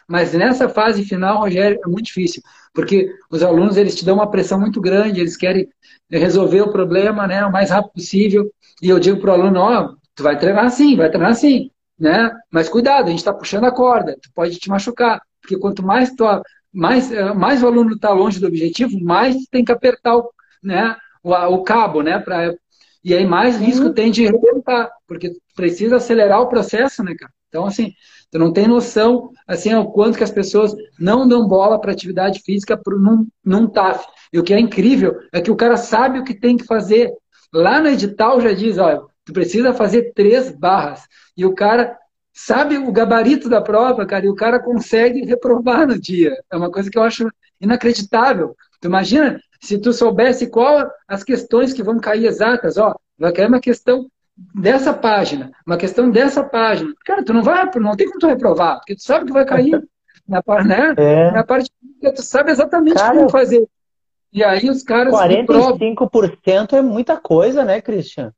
Mas nessa fase final, Rogério, é muito difícil, porque os alunos eles te dão uma pressão muito grande, eles querem resolver o problema, né, o mais rápido possível. E eu digo para o aluno, ó, oh, tu vai treinar assim, vai treinar assim, né? Mas cuidado, a gente está puxando a corda, tu pode te machucar, porque quanto mais tu, mais, mais o aluno está longe do objetivo, mais tem que apertar o, né, o, o cabo, né? Pra, e aí mais risco Sim. tem de arrebentar, porque precisa acelerar o processo, né, cara? Então, assim, tu não tem noção, assim, o quanto que as pessoas não dão bola para atividade física pro, num, num T A F. E o que é incrível é que o cara sabe o que tem que fazer. Lá no edital já diz, olha, tu precisa fazer três barras. E o cara sabe o gabarito da prova, cara, e o cara consegue reprovar no dia. É uma coisa que eu acho inacreditável. Tu imagina se tu soubesse qual as questões que vão cair exatas, ó, vai cair uma questão dessa página, uma questão dessa página. Cara, tu não vai, não tem como tu reprovar, porque tu sabe que vai cair na, né? É. Na parte que tu sabe exatamente como Cara, fazer. E aí os caras quarenta e reprovam. cinco por cento é muita coisa, né, Christian?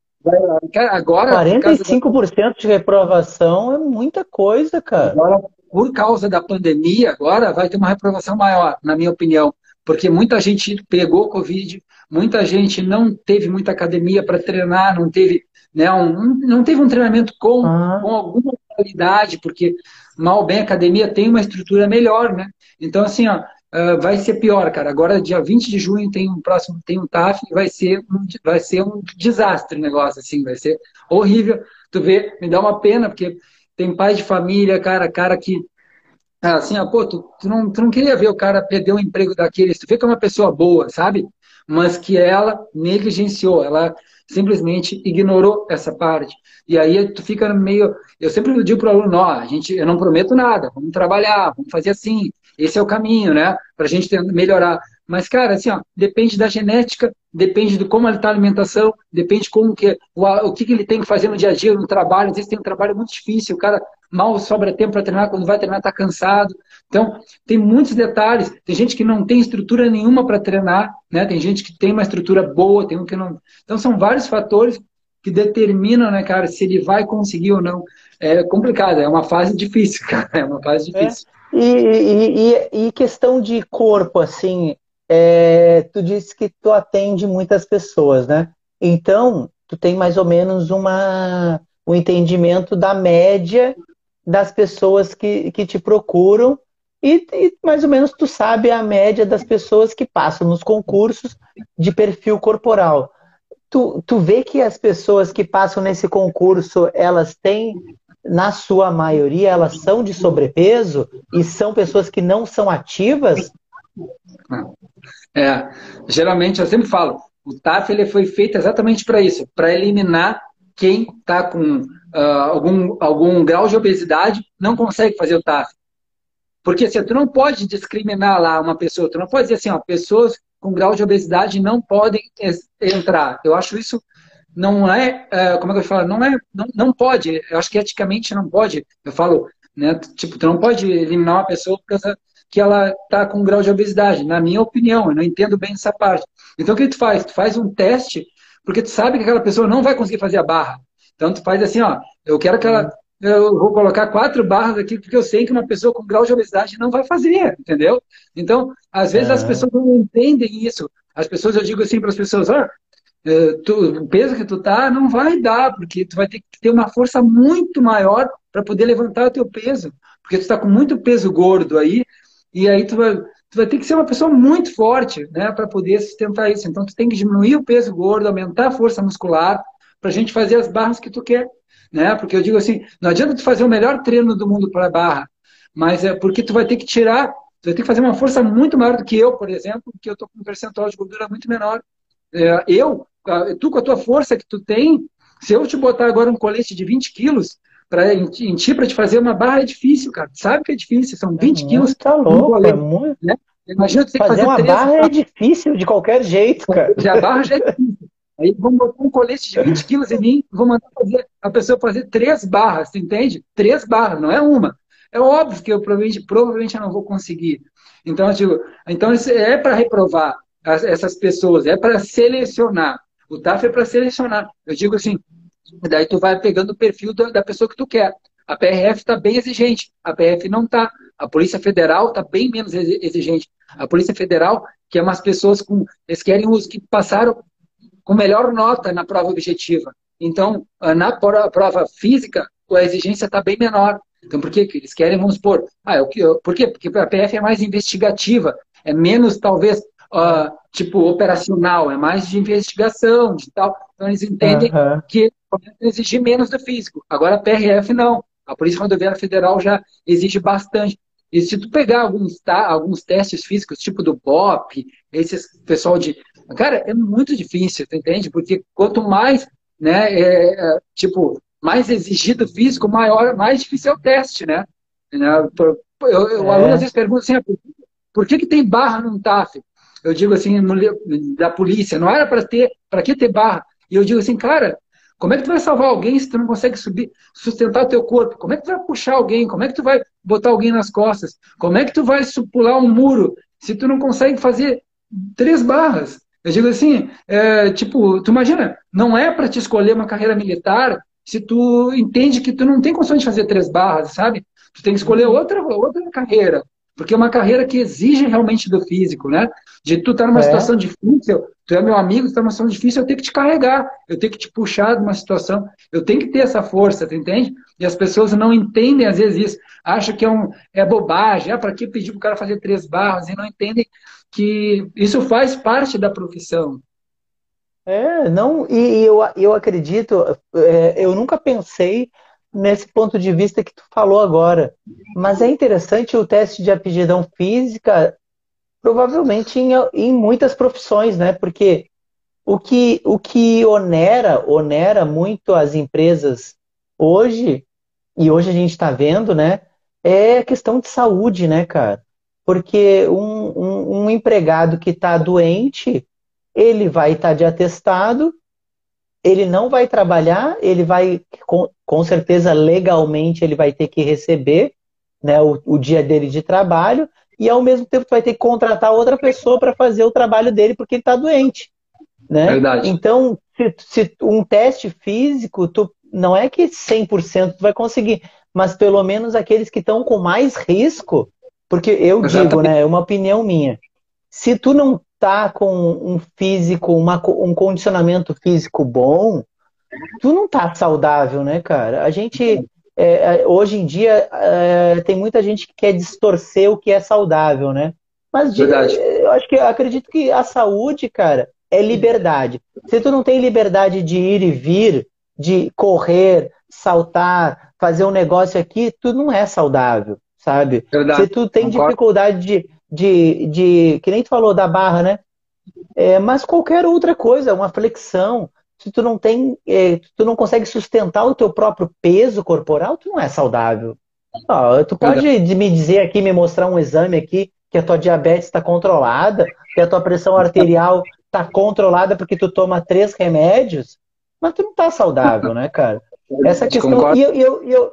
Agora, por quarenta e causa da cinco por cento de reprovação é muita coisa, cara. Agora, por causa da pandemia, agora vai ter uma reprovação maior, na minha opinião, porque muita gente pegou Covid, muita gente não teve muita academia para treinar, não teve, né, um, não teve um treinamento com, Ah, com alguma qualidade, porque mal ou bem a academia tem uma estrutura melhor, né? Então, assim, ó, uh, vai ser pior, cara. Agora, dia vinte de junho, tem um próximo, tem um T A F e vai ser um, vai ser um desastre o negócio, assim, vai ser horrível. Tu vê, me dá uma pena, porque tem pai de família, cara, cara que, assim, ó, pô, tu, tu, não, tu não queria ver o cara perder o emprego daqueles, tu vê que é uma pessoa boa, sabe? Mas que ela negligenciou, ela simplesmente ignorou essa parte. E aí tu fica meio. Eu sempre digo para o aluno: ó, a gente, eu não prometo nada, vamos trabalhar, vamos fazer assim, esse é o caminho, né? Para a gente melhorar. Mas, cara, assim, ó, depende da genética, depende de como ele está a alimentação, depende como que, o, o que, que ele tem que fazer no dia a dia, no trabalho. Às vezes tem um trabalho muito difícil, o cara mal sobra tempo para treinar, quando vai treinar está cansado. Então, tem muitos detalhes. Tem gente que não tem estrutura nenhuma para treinar, né? Tem gente que tem uma estrutura boa, tem um que não. Então, são vários fatores que determinam, né, cara, se ele vai conseguir ou não. É complicado, é uma fase difícil, cara. É uma fase é. difícil. E, e, e, e questão de corpo, assim, é, tu disse que tu atende muitas pessoas, né? Então, tu tem mais ou menos uma, um entendimento da média das pessoas que, que te procuram e, e mais ou menos tu sabe a média das pessoas que passam nos concursos de perfil corporal. Tu, tu vê que as pessoas que passam nesse concurso, elas têm, na sua maioria, elas são de sobrepeso e são pessoas que não são ativas? É, geralmente, eu sempre falo, o T A F ele foi feito exatamente para isso, para eliminar quem está com uh, algum, algum grau de obesidade, não consegue fazer o T A F. Porque assim, tu não pode discriminar lá uma pessoa, tu não pode dizer assim, ó, pessoas com grau de obesidade não podem entrar. Eu acho isso não é, como é que eu falo, não é, não, não pode, eu acho que eticamente não pode, eu falo, né, tipo, tu não pode eliminar uma pessoa por causa que ela está com grau de obesidade, na minha opinião, eu não entendo bem essa parte. Então o que tu faz? Tu faz um teste, porque tu sabe que aquela pessoa não vai conseguir fazer a barra. Então tu faz assim, ó, eu quero que ela, eu vou colocar quatro barras aqui, porque eu sei que uma pessoa com grau de obesidade não vai fazer, entendeu? Então, às vezes as Ah, pessoas não entendem isso. As pessoas, eu digo assim para as pessoas, ó, tu, o peso que tu tá não vai dar, porque tu vai ter que ter uma força muito maior para poder levantar o teu peso, porque tu está com muito peso gordo aí, e aí tu vai, tu vai ter que ser uma pessoa muito forte, né, para poder sustentar isso. Então tu tem que diminuir o peso gordo, aumentar a força muscular, para a gente fazer as barras que tu quer, né? Porque eu digo assim, não adianta tu fazer o melhor treino do mundo para barra, mas é porque tu vai ter que tirar, tu vai ter que fazer uma força muito maior do que eu, por exemplo, que eu tô com um percentual de gordura muito menor. É, eu, tu com a tua força que tu tem, se eu te botar agora um colete de vinte quilos pra, em, em ti para te fazer uma barra é difícil, cara. Sabe que é difícil, são é vinte quilos muito num louco, é colete, muito. né? Imagina tu ter que Fazer fazer uma três barra é barras, difícil de qualquer jeito, cara. já a barra já é difícil. Aí vamos botar um colete de vinte quilos em mim, vou mandar fazer, a pessoa fazer três barras, tu entende? Três barras, não é uma. É óbvio que eu provavelmente, provavelmente eu não vou conseguir. Então, eu digo, então isso é para reprovar as, essas pessoas, é para selecionar. O T A F é para selecionar. Eu digo assim, daí tu vai pegando o perfil da, da pessoa que tu quer. A P R F está bem exigente, a P R F não está. A Polícia Federal está bem menos exigente. A Polícia Federal, que é umas pessoas com... Eles querem os que passaram com melhor nota na prova objetiva. Então, na prova física, a exigência está bem menor. Então, por que que eles querem, vamos supor... Ah, eu, eu, por quê? Porque a P F é mais investigativa, é menos, talvez, uh, tipo, operacional, é mais de investigação, de tal. Então, eles entendem uhum. que exigir menos do físico. Agora, a P R F não. A Polícia Rodoviária Federal já exige bastante. E se tu pegar alguns, tá, alguns testes físicos, tipo do B O P, esses pessoal de... Cara, é muito difícil, tu entende? Porque quanto mais, né, é, é, tipo, mais exigido físico, maior, mais difícil é o teste, né? Eu, eu, é. O aluno às vezes pergunta assim, por que que tem barra num T A F? Eu digo assim, no, da polícia, não era para ter, para que ter barra? E eu digo assim, cara, como é que tu vai salvar alguém se tu não consegue subir, sustentar o teu corpo? Como é que tu vai puxar alguém? Como é que tu vai botar alguém nas costas? Como é que tu vai pular um muro se tu não consegue fazer três barras? Eu digo assim, é, tipo, tu imagina, não é para te escolher uma carreira militar se tu entende que tu não tem condições de fazer três barras, sabe? Tu tem que escolher outra, outra carreira. Porque é uma carreira que exige realmente do físico, né? De tu estar tá numa é. situação difícil, tu é meu amigo, tu tá numa situação difícil, eu tenho que te carregar, eu tenho que te puxar de uma situação, eu tenho que ter essa força, tu entende? E as pessoas não entendem às vezes isso, acham que é, um, é bobagem, ah, para que pedir pro cara fazer três barras, e não entendem que isso faz parte da profissão. É, não, e, e eu, eu acredito, é, eu nunca pensei nesse ponto de vista que tu falou agora, mas é interessante o teste de aptidão física, provavelmente em, em muitas profissões, né? Porque o que, o que onera, onera muito as empresas hoje, e hoje a gente está vendo, né? É a questão de saúde, né, cara? Porque um, um, um empregado que está doente, ele vai estar tá de atestado, ele não vai trabalhar, ele vai, com, com certeza, legalmente, ele vai ter que receber, né, o, o dia dele de trabalho, e ao mesmo tempo tu vai ter que contratar outra pessoa para fazer o trabalho dele porque ele está doente. Né? Verdade. Então, se, se um teste físico, tu, não é que cem por cento tu vai conseguir, mas pelo menos aqueles que estão com mais risco, porque eu Exatamente. digo, né, é uma opinião minha, se tu não tá com um físico, uma, um condicionamento físico bom, tu não tá saudável, né, cara? A gente, é, hoje em dia, é, tem muita gente que quer distorcer o que é saudável, né? Mas de, eu acho que eu acredito que a saúde, cara, é liberdade. Se tu não tem liberdade de ir e vir, de correr, saltar, fazer um negócio aqui, tu não é saudável, sabe? Verdade. Se tu tem Concordo. dificuldade de, de, de, que nem tu falou da barra, né? É, mas qualquer outra coisa, uma flexão, se tu não tem, é, tu não consegue sustentar o teu próprio peso corporal, tu não é saudável. Ó, tu pode Verdade. me dizer aqui, me mostrar um exame aqui, que a tua diabetes está controlada, que a tua pressão arterial tá controlada porque tu toma três remédios, mas tu não tá saudável, né, cara? Essa questão... E eu, eu, eu,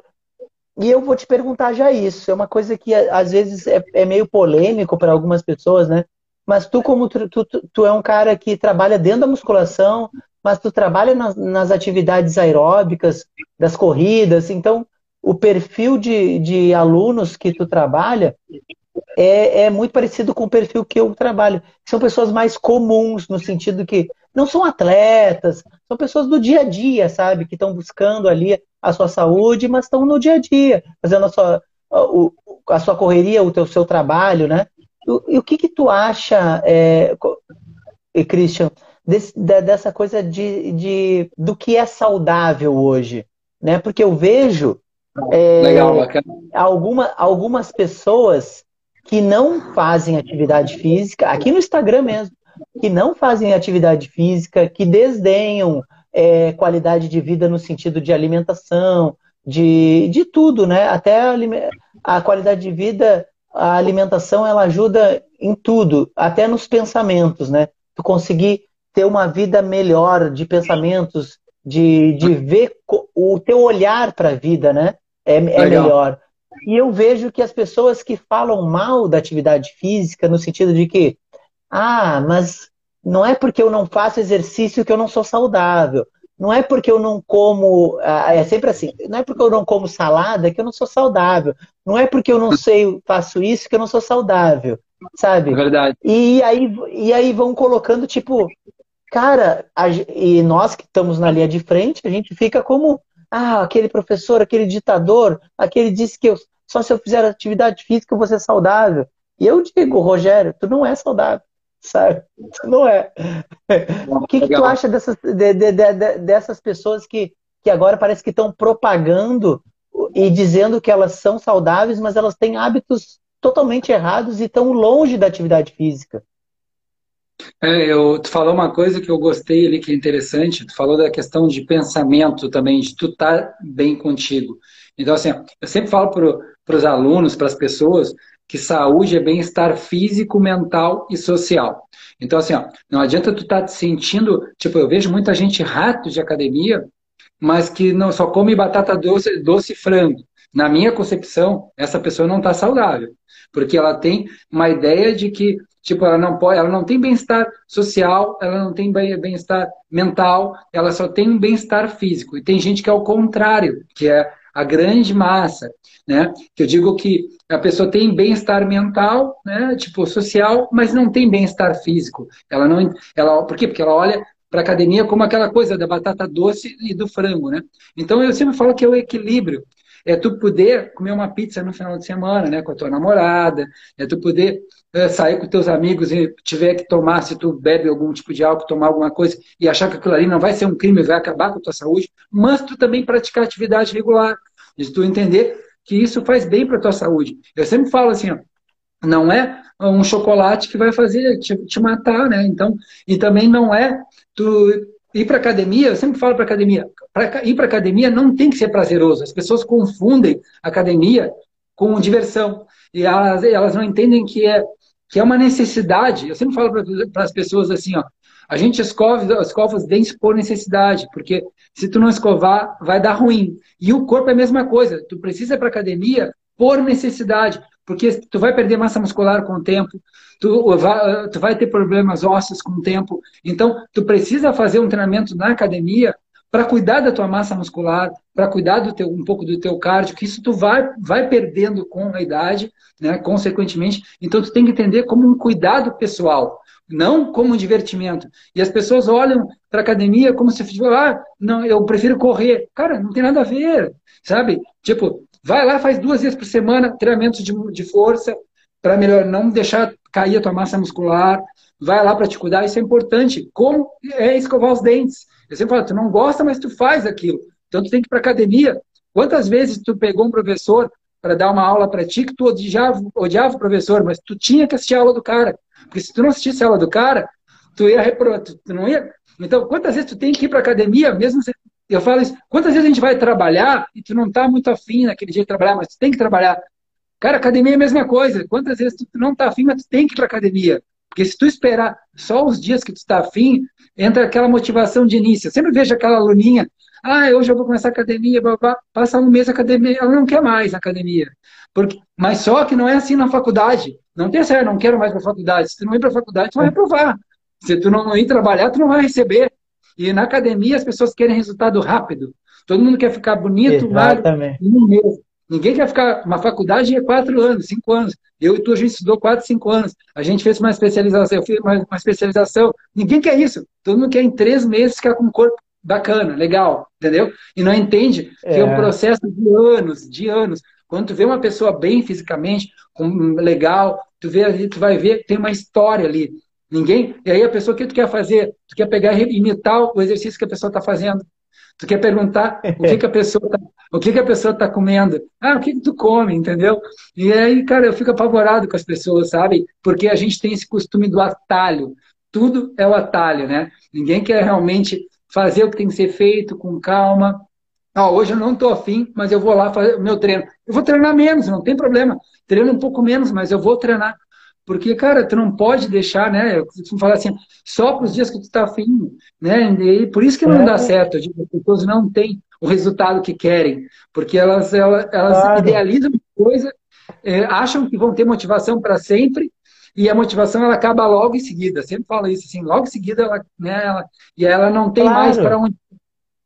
e eu vou te perguntar já isso, é uma coisa que às vezes é, é meio polêmico para algumas pessoas, né? Mas tu, como tu, tu, tu é um cara que trabalha dentro da musculação, mas tu trabalha nas, nas atividades aeróbicas, das corridas, então o perfil de, de alunos que tu trabalha É, é muito parecido com o perfil que eu trabalho. São pessoas mais comuns, no sentido que não são atletas, são pessoas do dia a dia, sabe? Que estão buscando ali a sua saúde, mas estão no dia a dia, fazendo a sua, a, a sua correria, o teu, seu trabalho, né? E, e o que que tu acha, é, Christian, desse, dessa coisa de, de, do que é saudável hoje? Né? Porque eu vejo é, Legal, bacana. Alguma, algumas pessoas que não fazem atividade física, aqui no Instagram mesmo, que não fazem atividade física, que desdenham é, qualidade de vida no sentido de alimentação, de, de tudo, né? Até a, a qualidade de vida, a alimentação, ela ajuda em tudo, até nos pensamentos, né? Tu conseguir ter uma vida melhor de pensamentos, de, de ver o teu olhar para a vida, né? É, é melhor. E eu vejo que as pessoas que falam mal da atividade física, no sentido de que, ah, mas não é porque eu não faço exercício que eu não sou saudável. não é porque eu não como, ah, é sempre assim, não é porque eu não como salada que eu não sou saudável, não é porque eu não sei, faço isso que eu não sou saudável, É sabe? verdade. E aí, e aí vão colocando, tipo, cara, a ge- e nós que estamos na linha de frente, a gente fica como, ah, aquele professor, aquele ditador, aquele disse que eu, só se eu fizer atividade física eu vou ser saudável. E eu digo, Rogério, tu não é saudável, sabe? Tu não é. Bom, O que que tu legal. acha dessas, de- de- de- de- dessas pessoas que, que agora parece que estão propagando e dizendo que elas são saudáveis, mas elas têm hábitos totalmente errados e estão longe da atividade física? É, eu, tu falou uma coisa que eu gostei ali, que é interessante. Tu falou da questão de pensamento também, de tu estar bem contigo. Então, assim, ó, eu sempre falo para os alunos, para as pessoas, que saúde é bem-estar físico, mental e social. Então, assim, ó, não adianta tu estar te sentindo. Tipo, eu vejo muita gente rato de academia, mas que não só come batata doce, doce e frango. Na minha concepção, essa pessoa não está saudável, porque ela tem uma ideia de que, tipo, ela não pode, ela não tem bem-estar social, ela não tem bem-estar mental, ela só tem um bem-estar físico. E tem gente que é o contrário, que é a grande massa, né? Que eu digo que a pessoa tem bem-estar mental, né? Tipo, social, mas não tem bem-estar físico. Ela não, ela, por quê? Porque ela olha para a academia como aquela coisa da batata doce e do frango, né? Então eu sempre falo que é o equilíbrio. É tu poder comer uma pizza no final de semana, né, com a tua namorada, é tu poder é, sair com teus amigos e tiver que tomar, se tu bebe algum tipo de álcool, tomar alguma coisa e achar que aquilo ali não vai ser um crime, vai acabar com a tua saúde, mas tu também praticar atividade regular, de tu entender que isso faz bem para a tua saúde. Eu sempre falo assim, ó, não é um chocolate que vai fazer te, te matar, né? Então, e também não é tu ir para academia. Eu sempre falo para academia, para ir para academia não tem que ser prazeroso. As pessoas confundem academia com diversão e elas, elas não entendem que é que é uma necessidade. Eu sempre falo para as pessoas assim, ó, a gente escova, escova os dentes por necessidade, porque se tu não escovar, vai dar ruim. E o corpo é a mesma coisa. Tu precisa ir para academia por necessidade, porque tu vai perder massa muscular com o tempo, tu vai, tu vai ter problemas ósseos com o tempo. Então, tu precisa fazer um treinamento na academia para cuidar da tua massa muscular, para cuidar do teu, um pouco do teu cardio, que isso tu vai, vai perdendo com a idade, né, consequentemente. Então, tu tem que entender como um cuidado pessoal, não como um divertimento. E as pessoas olham para a academia como se fosse, ah, não, eu prefiro correr. Cara, não tem nada a ver, sabe? Tipo, vai lá, faz duas vezes por semana treinamentos de, de força para melhor não deixar cair a tua massa muscular. Vai lá para te cuidar, isso é importante. Como é escovar os dentes? Eu sempre falo, tu não gosta, mas tu faz aquilo. Então tu tem que ir para academia. Quantas vezes tu pegou um professor para dar uma aula para ti que tu odiava, odiava o professor, mas tu tinha que assistir a aula do cara. Porque se tu não assistisse a aula do cara, tu ia reprovar, tu não ia. Então, quantas vezes tu tem que ir para academia, mesmo se eu falo isso, quantas vezes a gente vai trabalhar e tu não tá muito afim naquele dia de trabalhar, mas tu tem que trabalhar. Cara, academia é a mesma coisa. Quantas vezes tu não tá afim, mas tu tem que ir pra academia. Porque se tu esperar só os dias que tu está afim, entra aquela motivação de início. Eu sempre vejo aquela aluninha, ah, hoje eu vou começar a academia, blá, blá, passa um mês a academia, ela não quer mais a academia. Porque, mas só que não é assim na faculdade. Não tem certo, não quero mais para a faculdade. Se tu não ir para a faculdade, tu vai reprovar. Se tu não ir trabalhar, tu não vai receber. E na academia as pessoas querem resultado rápido. Todo mundo quer ficar bonito, magro, Exatamente. em um mês. Ninguém quer ficar. Uma faculdade é quatro anos, cinco anos. Eu e tu, a gente estudou quatro, cinco anos. A gente fez uma especialização, eu fiz uma, uma especialização. Ninguém quer isso. Todo mundo quer em três meses ficar com um corpo bacana, legal, entendeu? E não entende que é um É, processo de anos, de anos. Quando tu vê uma pessoa bem fisicamente, com, legal, tu vê ali, tu vai ver, tem uma história ali. Ninguém. E aí a pessoa, o que tu quer fazer? Tu quer pegar e imitar o exercício que a pessoa está fazendo. Tu quer perguntar o que, que a pessoa está o que, que a pessoa está comendo. Ah, o que, que tu come, entendeu? E aí, cara, eu fico apavorado com as pessoas, sabe? Porque a gente tem esse costume do atalho. Tudo é o atalho, né? Ninguém quer realmente fazer o que tem que ser feito com calma. Ah, hoje eu não estou afim, mas eu vou lá fazer o meu treino. Eu vou treinar menos, não tem problema. Treino um pouco menos, mas eu vou treinar. Porque, cara, tu não pode deixar, né? Eu costumo falar assim, só para os dias que tu está afim, né? E por isso que não dá é, certo. Eu digo, as pessoas não têm o resultado que querem, porque elas, elas, elas claro. idealizam coisa, é, acham que vão ter motivação para sempre, e a motivação ela acaba logo em seguida. Eu sempre falo isso assim, logo em seguida ela, né, ela, e ela não tem mais para Claro. onde.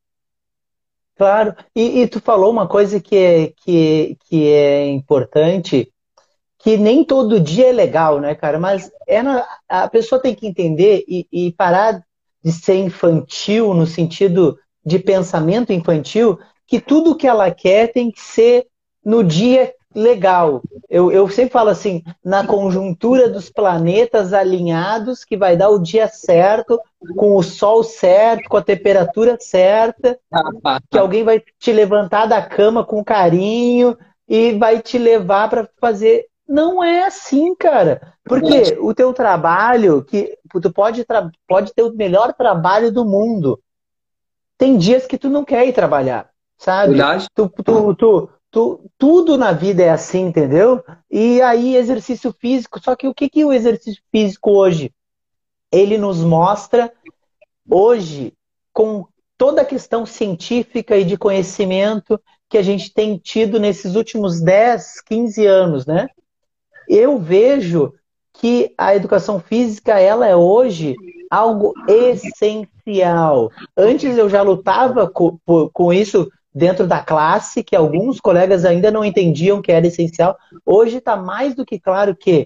Claro. E, e tu falou uma coisa que é, que, que é importante, que nem todo dia é legal, né, cara? Mas é na- a pessoa tem que entender e, e parar de ser infantil, no sentido de pensamento infantil, que tudo que ela quer tem que ser no dia legal. Eu, eu sempre falo assim, na conjuntura dos planetas alinhados, que vai dar o dia certo, com o sol certo, com a temperatura certa, que alguém vai te levantar da cama com carinho e vai te levar para fazer. Não é assim, cara. Porque o teu trabalho, que tu pode, tra- pode ter o melhor trabalho do mundo. Tem dias que tu não quer ir trabalhar, sabe? Verdade? Tu, tu, tu, tu- tudo na vida é assim, entendeu? E aí, exercício físico. Só que o que, que o exercício físico hoje? Ele nos mostra hoje, com toda a questão científica e de conhecimento que a gente tem tido nesses últimos dez, quinze anos, né? Eu vejo que a educação física, ela é hoje algo essencial. Antes eu já lutava com, com isso dentro da classe, que alguns colegas ainda não entendiam que era essencial. Hoje está mais do que claro que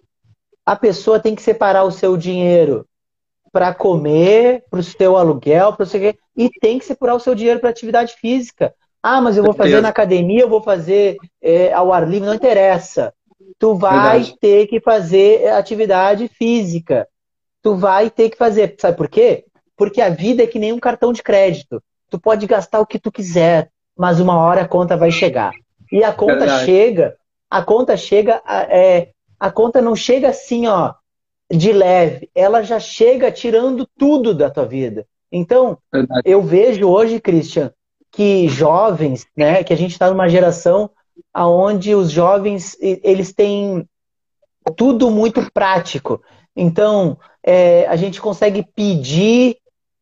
a pessoa tem que separar o seu dinheiro para comer, para o seu aluguel, para você e tem que separar o seu dinheiro para atividade física. Ah, mas eu vou fazer na Certeza. academia, eu vou fazer é, ao ar livre, não interessa. Tu vai Verdade. ter que fazer atividade física. Tu vai ter que fazer. Sabe por quê? Porque a vida é que nem um cartão de crédito. Tu pode gastar o que tu quiser, mas uma hora a conta vai chegar. E a conta Verdade. chega, a conta chega, é, a conta não chega assim, ó, de leve, ela já chega tirando tudo da tua vida. Então, Verdade. eu vejo hoje, Christian, que jovens, né, que a gente está numa geração onde os jovens, eles têm tudo muito prático. Então, é, a gente consegue pedir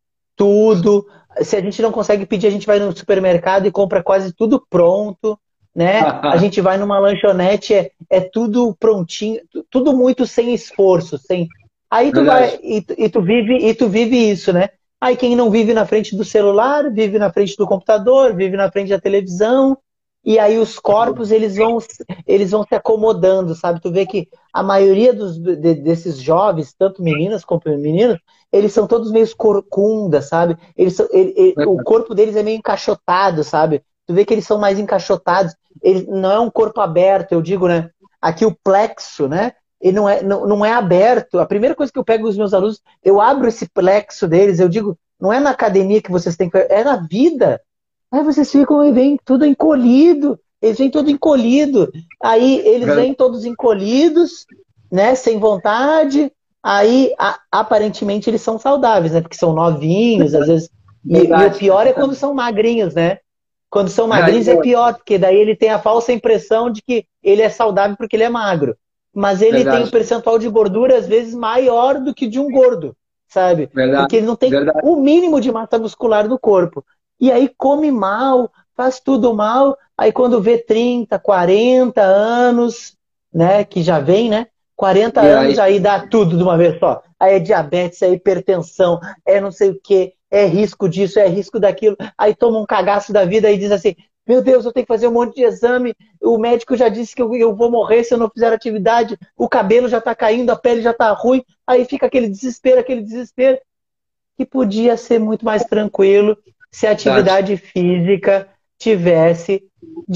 tudo. Se a gente não consegue pedir, a gente vai no supermercado e compra quase tudo pronto, né? A gente vai numa lanchonete, é, é tudo prontinho, tudo muito sem esforço, sem. Aí tu vai Verdade. e tu, e tu vive e tu vive isso, né? Aí quem não vive na frente do celular, vive na frente do computador, vive na frente da televisão, e aí os corpos eles vão eles vão se acomodando, sabe? Tu vê que a maioria dos, de, desses jovens, tanto meninas como meninos, eles são todos meio corcunda, sabe? Eles são, ele, ele, o Verdade. corpo deles é meio encaixotado, sabe? Tu vê que eles são mais encaixotados. Ele não é um corpo aberto, eu digo, né? Aqui o plexo, né? Ele não é, não, não é aberto. A primeira coisa que eu pego os meus alunos, eu abro esse plexo deles, eu digo, não é na academia que vocês têm que, é na vida. Aí vocês ficam e vêm tudo encolhido, eles vêm tudo encolhido. Aí eles Verdade. vêm todos encolhidos, né? Sem vontade. Aí, a, aparentemente, eles são saudáveis, né? Porque são novinhos, às vezes. E, e o Verdade. pior é quando são magrinhos, né? Quando são Aí, magrinhos é pior, porque daí ele tem a falsa impressão de que ele é saudável porque ele é magro. Mas ele tem um verdade. percentual de gordura, às vezes, maior do que de um gordo, sabe? Porque Verdade. ele não tem Verdade. o mínimo de massa muscular do corpo. E aí come mal, faz tudo mal. Aí quando vê trinta, quarenta anos, né? Que já vem, né? quarenta E anos, aí, aí dá tudo de uma vez só. Aí é diabetes, é hipertensão, é não sei o quê, é risco disso, é risco daquilo. Aí toma um cagaço da vida e diz assim: meu Deus, eu tenho que fazer um monte de exame. O médico já disse que eu, eu vou morrer se eu não fizer atividade. O cabelo já está caindo, a pele já está ruim. Aí fica aquele desespero, aquele desespero. Que podia ser muito mais tranquilo se a verdade. atividade física tivesse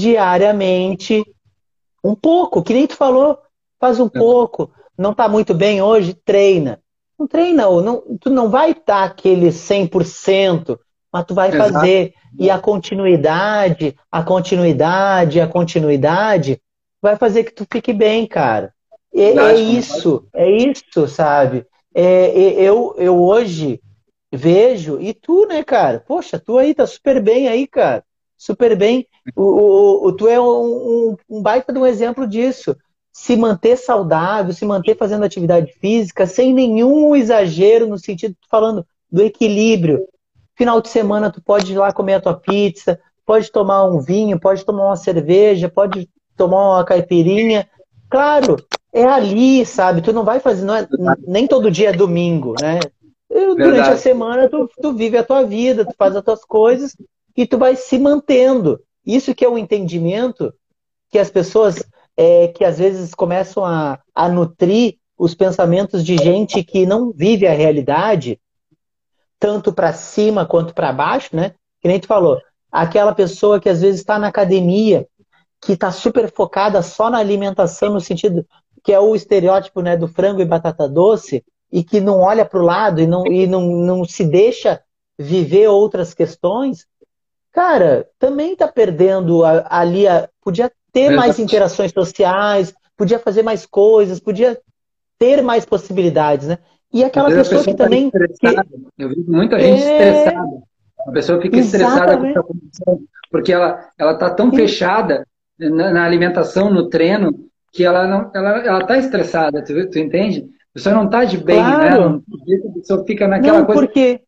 diariamente um pouco, que nem tu falou, faz um pouco, não está muito bem hoje, treina. Não treina, ou não, tu não vai estar aquele cem por cento, mas tu vai Exato. fazer. E a continuidade, a continuidade, a continuidade vai fazer que tu fique bem, cara. É, é Verdade. Concordo. isso, é isso, sabe? É, é, eu, eu hoje vejo, e tu, né, cara? Poxa, tu aí tá super bem aí, cara. Super bem. O, o, o- tu é um, um, um baita de um exemplo disso. Se manter saudável, se manter fazendo atividade física, sem nenhum exagero, no sentido, tô falando do equilíbrio. Final de semana, tu pode ir lá comer a tua pizza, pode tomar um vinho, pode tomar uma cerveja, pode tomar uma caipirinha. Claro, é ali, sabe? Tu não vai fazer, não é, nem todo dia é domingo, né? Eu, durante a Verdade. semana, tu, tu vive a tua vida, tu faz as tuas coisas, e tu vai se mantendo. Isso que é o entendimento que as pessoas, é, que às vezes começam a, a nutrir os pensamentos de gente que não vive a realidade, tanto para cima quanto para baixo, né? Que nem tu falou, aquela pessoa que às vezes está na academia, que está super focada só na alimentação, no sentido que é o estereótipo, né, do frango e batata doce, e que não olha para o lado e, não, e não, não se deixa viver outras questões, cara, também está perdendo a- ali, a- podia ter mais Verdade. interações sociais, podia fazer mais coisas, podia ter mais possibilidades, né? E Às aquela vezes a pessoa que pessoa está também, estressada. que Eu vi muita gente é, estressada. A pessoa fica estressada com essa exatamente, condição, porque ela ela está tão sim, fechada na, na alimentação, no treino, que ela não ela ela está estressada. Tu, tu entende? A pessoa não está de bem, né? Não, claro, a pessoa fica naquela não, coisa. porque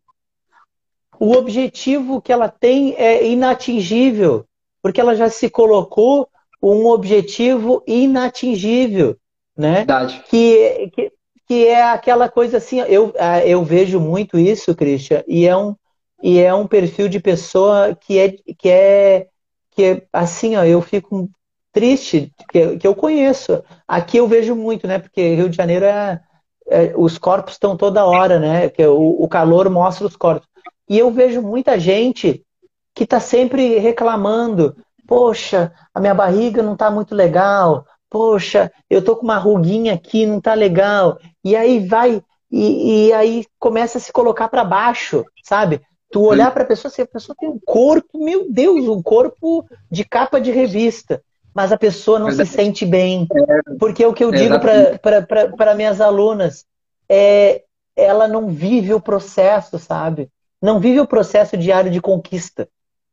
o objetivo que ela tem é inatingível, porque ela já se colocou um objetivo inatingível, né? Verdade. Que, que, que é aquela coisa assim, eu, ah, eu vejo muito isso, Christian, e é um, e é um perfil de pessoa que é, que é, que é assim, ó, eu fico triste, que, que eu conheço. Aqui eu vejo muito, né? Porque Rio de Janeiro é, é, os corpos estão toda hora, né? Que o, o calor mostra os corpos. E eu vejo muita gente que está sempre reclamando. Poxa, a minha barriga não está muito legal. Poxa, eu tô com uma ruguinha aqui, não tá legal. E aí vai, e, e aí começa a se colocar para baixo, sabe? Tu olhar para a pessoa, se a pessoa tem um corpo, meu Deus, um corpo de capa de revista, mas a pessoa não se Verdade. sente bem. Porque é o que eu É, digo exatamente. para minhas alunas, é, ela não vive o processo, sabe? Não vive o processo diário de conquista.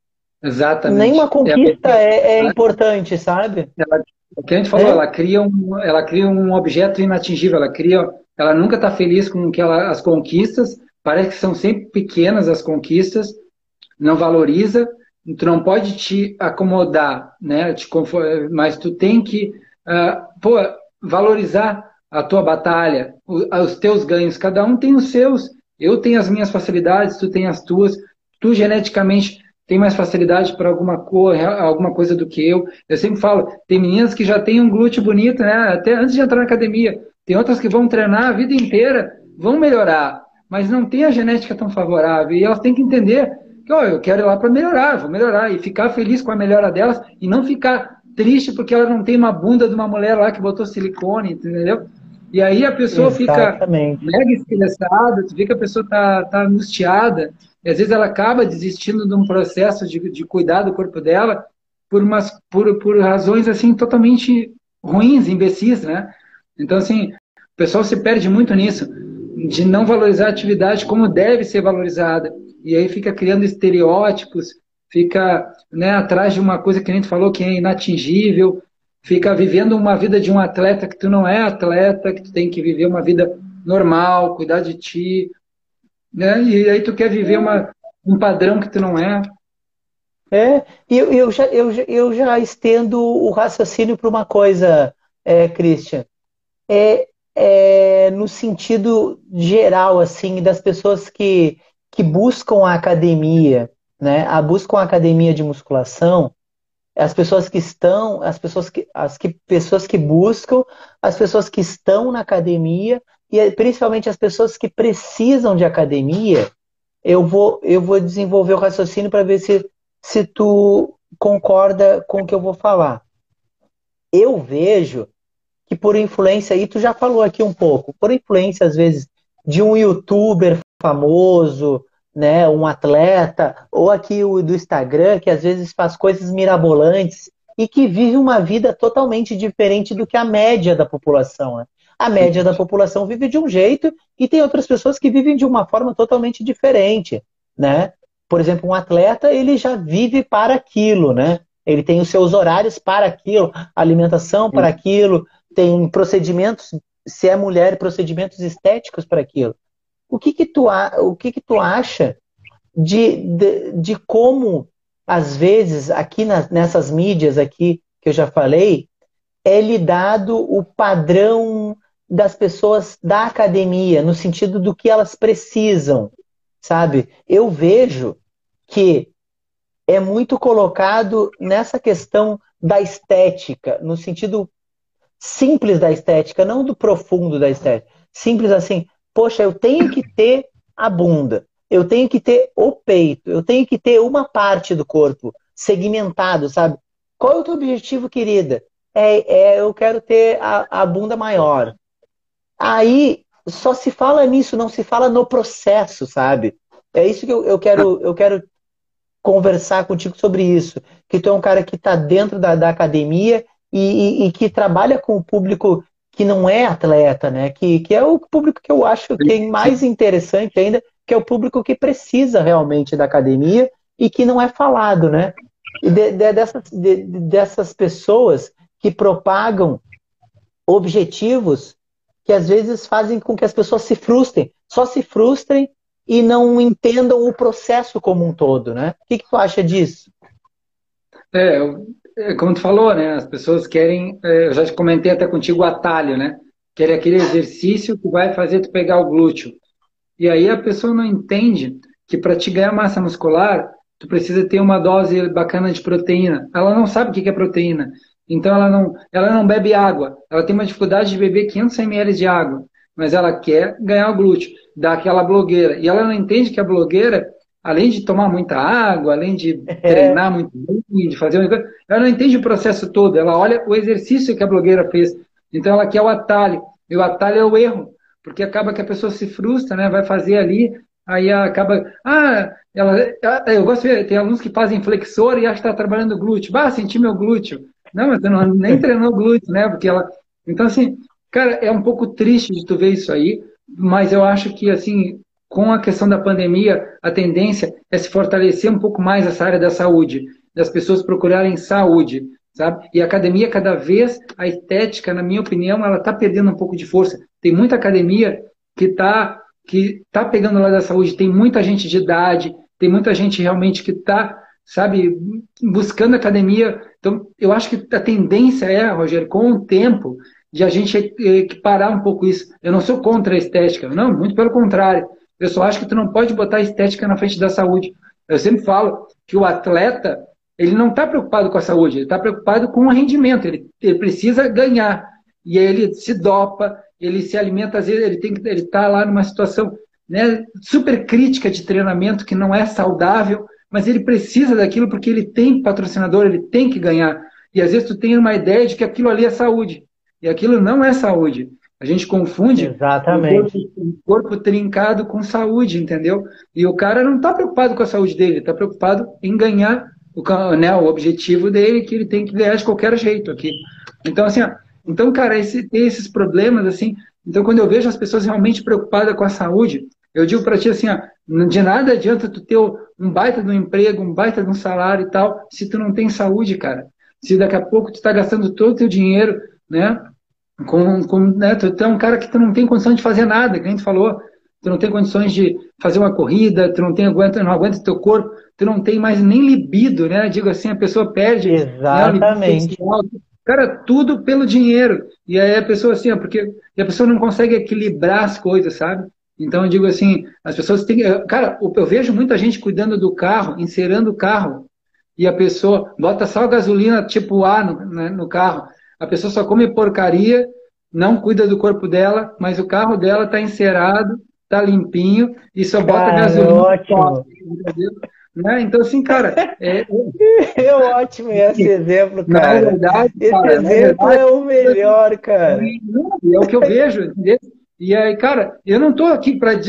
Nenhuma Exatamente. É a conquista pessoa- é, é importante, sabe? ela, o que a gente falou, É, ela cria um, ela cria um objeto inatingível, ela cria, ela nunca está feliz com que ela, as conquistas, parece que são sempre pequenas as conquistas, não valoriza, tu não pode te acomodar, né? Te confo- mas tu tem que, ah, pô, valorizar a tua batalha, o- os teus ganhos. Cada um tem os seus. Eu tenho as minhas facilidades, tu tem as tuas. Tu geneticamente tem mais facilidade para alguma cor, alguma coisa do que eu. Eu sempre falo, tem meninas que já têm um glúteo bonito, né? Até antes de entrar na academia. Tem outras que vão treinar a vida inteira, vão melhorar, mas não tem a genética tão favorável. E elas têm que entender que, ó, eu quero ir lá para melhorar, vou melhorar e ficar feliz com a melhora delas e não ficar triste porque ela não tem uma bunda de uma mulher lá que botou silicone, entendeu? E aí a pessoa fica exatamente. mega estressada, tu vê que a pessoa tá, tá angustiada, e às vezes ela acaba desistindo de um processo de, de cuidar do corpo dela por, umas, por, por razões assim totalmente ruins, imbecis, né? Então, assim, o pessoal se perde muito nisso, de não valorizar a atividade como deve ser valorizada. E aí fica criando estereótipos, fica, né, atrás de uma coisa que a gente falou que é inatingível, fica vivendo uma vida de um atleta que tu não é atleta, que tu tem que viver uma vida normal, cuidar de ti, né? E aí tu quer viver uma, um padrão que tu não é. É, e eu, eu, já, eu, já- eu já estendo o raciocínio para uma coisa, é, Christian. É, é no sentido geral, assim, das pessoas que, que buscam a academia, né? A buscam a academia de musculação, as pessoas que estão, as pessoas que, as que, pessoas que buscam, as pessoas que estão na academia e eh, principalmente as pessoas que precisam de academia. Eu vou, eu vou desenvolver o raciocínio para ver se, se tu concorda com o que eu vou falar. Eu vejo que por influência, e tu já falou aqui um pouco, por influência às vezes de um youtuber famoso, né, um atleta, ou aqui o do Instagram, que às vezes faz coisas mirabolantes e que vive uma vida totalmente diferente do que a média da população, né? A média da população vive de um jeito e tem outras pessoas que vivem de uma forma totalmente diferente, né? Por exemplo, um atleta, ele já vive para aquilo, né? Ele tem os seus horários para aquilo, alimentação para aquilo, tem procedimentos, se é mulher, procedimentos estéticos para aquilo. O que que tu, a- o que que tu acha de, de, de como, às vezes, aqui na- nessas mídias aqui que eu já falei, é lidado o padrão das pessoas da academia, no sentido do que elas precisam, sabe? Eu vejo que é muito colocado nessa questão da estética, no sentido simples da estética, não do profundo da estética. Simples assim, poxa, eu tenho que ter a bunda, eu tenho que ter o peito, eu tenho que ter uma parte do corpo segmentado, sabe? Qual é o teu objetivo, querida? É, é eu quero ter a, a bunda maior. Aí só se fala nisso, não se fala no processo, sabe? É isso que eu, eu quero, eu quero conversar contigo sobre isso. Que tu é um cara que está dentro da, da academia e, e, e que trabalha com o público que não é atleta, né? Que, que é o público que eu acho que é mais interessante ainda, que é o público que precisa realmente da academia e que não é falado, né? E de, de, dessas, de, dessas pessoas que propagam objetivos que às vezes fazem com que as pessoas se frustrem, só se frustrem e não entendam o processo como um todo, né? O que, que tu acha disso? É, é, como tu falou, né? As pessoas querem, é, eu já te comentei até contigo o atalho, né? Querem aquele exercício que vai fazer tu pegar o glúteo. E aí a pessoa não entende que para te ganhar massa muscular, tu precisa ter uma dose bacana de proteína. Ela não sabe o que é proteína. Então ela não, ela não bebe água. Ela tem uma dificuldade de beber quinhentos mililitros de água. Mas ela quer ganhar o glúteo, dar aquela blogueira. E ela não entende que a blogueira, além de tomar muita água, além de É, treinar muito bem, de fazer uma coisa, ela não entende o processo todo. Ela olha o exercício que a blogueira fez. Então ela quer o atalho. E o atalho é o erro. Porque acaba que a pessoa se frustra, né? Vai fazer ali, aí acaba. Ah, ela, eu gosto de ver, tem alunos que fazem flexor e acha que está trabalhando glúteo. Ah, senti meu glúteo. Não, mas você não, nem treinou glúteo, né? Porque ela. Então, assim, cara, é um pouco triste de tu ver isso aí, mas eu acho que, assim, com a questão da pandemia, a tendência é se fortalecer um pouco mais essa área da saúde, das pessoas procurarem saúde, sabe? E a academia, cada vez, a estética, na minha opinião, ela está perdendo um pouco de força. Tem muita academia que está que tá pegando lá da saúde, tem muita gente de idade, tem muita gente realmente que está, sabe, buscando academia. Então, eu acho que a tendência é, Rogério, com o tempo, de a gente equiparar um pouco isso. Eu não sou contra a estética, não, muito pelo contrário. Eu só acho que tu não pode botar a estética na frente da saúde. Eu sempre falo que o atleta, ele não está preocupado com a saúde, ele está preocupado com o rendimento, ele, ele precisa ganhar. E aí ele se dopa, ele se alimenta, às vezes ele tem que ele está lá numa situação, né, super crítica de treinamento que não é saudável, mas ele precisa daquilo porque ele tem patrocinador, ele tem que ganhar. E às vezes tu tem uma ideia de que aquilo ali é saúde. E aquilo não é saúde. A gente confunde o corpo, exatamente. o corpo trincado com saúde, entendeu? E o cara não está preocupado com a saúde dele, ele está preocupado em ganhar o, né, o objetivo dele, que ele tem que ganhar de qualquer jeito aqui. Então, assim, ó, então, cara, esse, tem esses problemas, assim. Então, quando eu vejo as pessoas realmente preocupadas com a saúde, eu digo para ti assim, ó, de nada adianta tu ter um baita de um emprego, um baita de um salário e tal, se tu não tem saúde, cara. Se daqui a pouco tu está gastando todo o teu dinheiro, né? Com, com, né, tu, tu é um cara que tu não tem condição de fazer nada, que a gente falou, tu não tem condições de fazer uma corrida, tu não tem aguenta, não aguenta teu corpo, tu não tem mais nem libido, né? Digo assim, a pessoa perde, né, o libido Exatamente. sexual, cara, tudo pelo dinheiro. E aí a pessoa assim, ó, porque e a pessoa não consegue equilibrar as coisas, sabe? Então eu digo assim, as pessoas têm, cara, eu vejo muita gente cuidando do carro, encerando o carro, e a pessoa bota só gasolina tipo A no, né, no carro. A pessoa só come porcaria, não cuida do corpo dela, mas o carro dela está encerado, está limpinho e só bota Cara, gasolina top, ótimo. entendeu? Né? Então, assim, cara, é, É ótimo esse exemplo, na cara. verdade, Esse cara, na exemplo verdade, é o melhor, cara. é o que eu vejo, entendeu? E aí, cara, eu não estou aqui para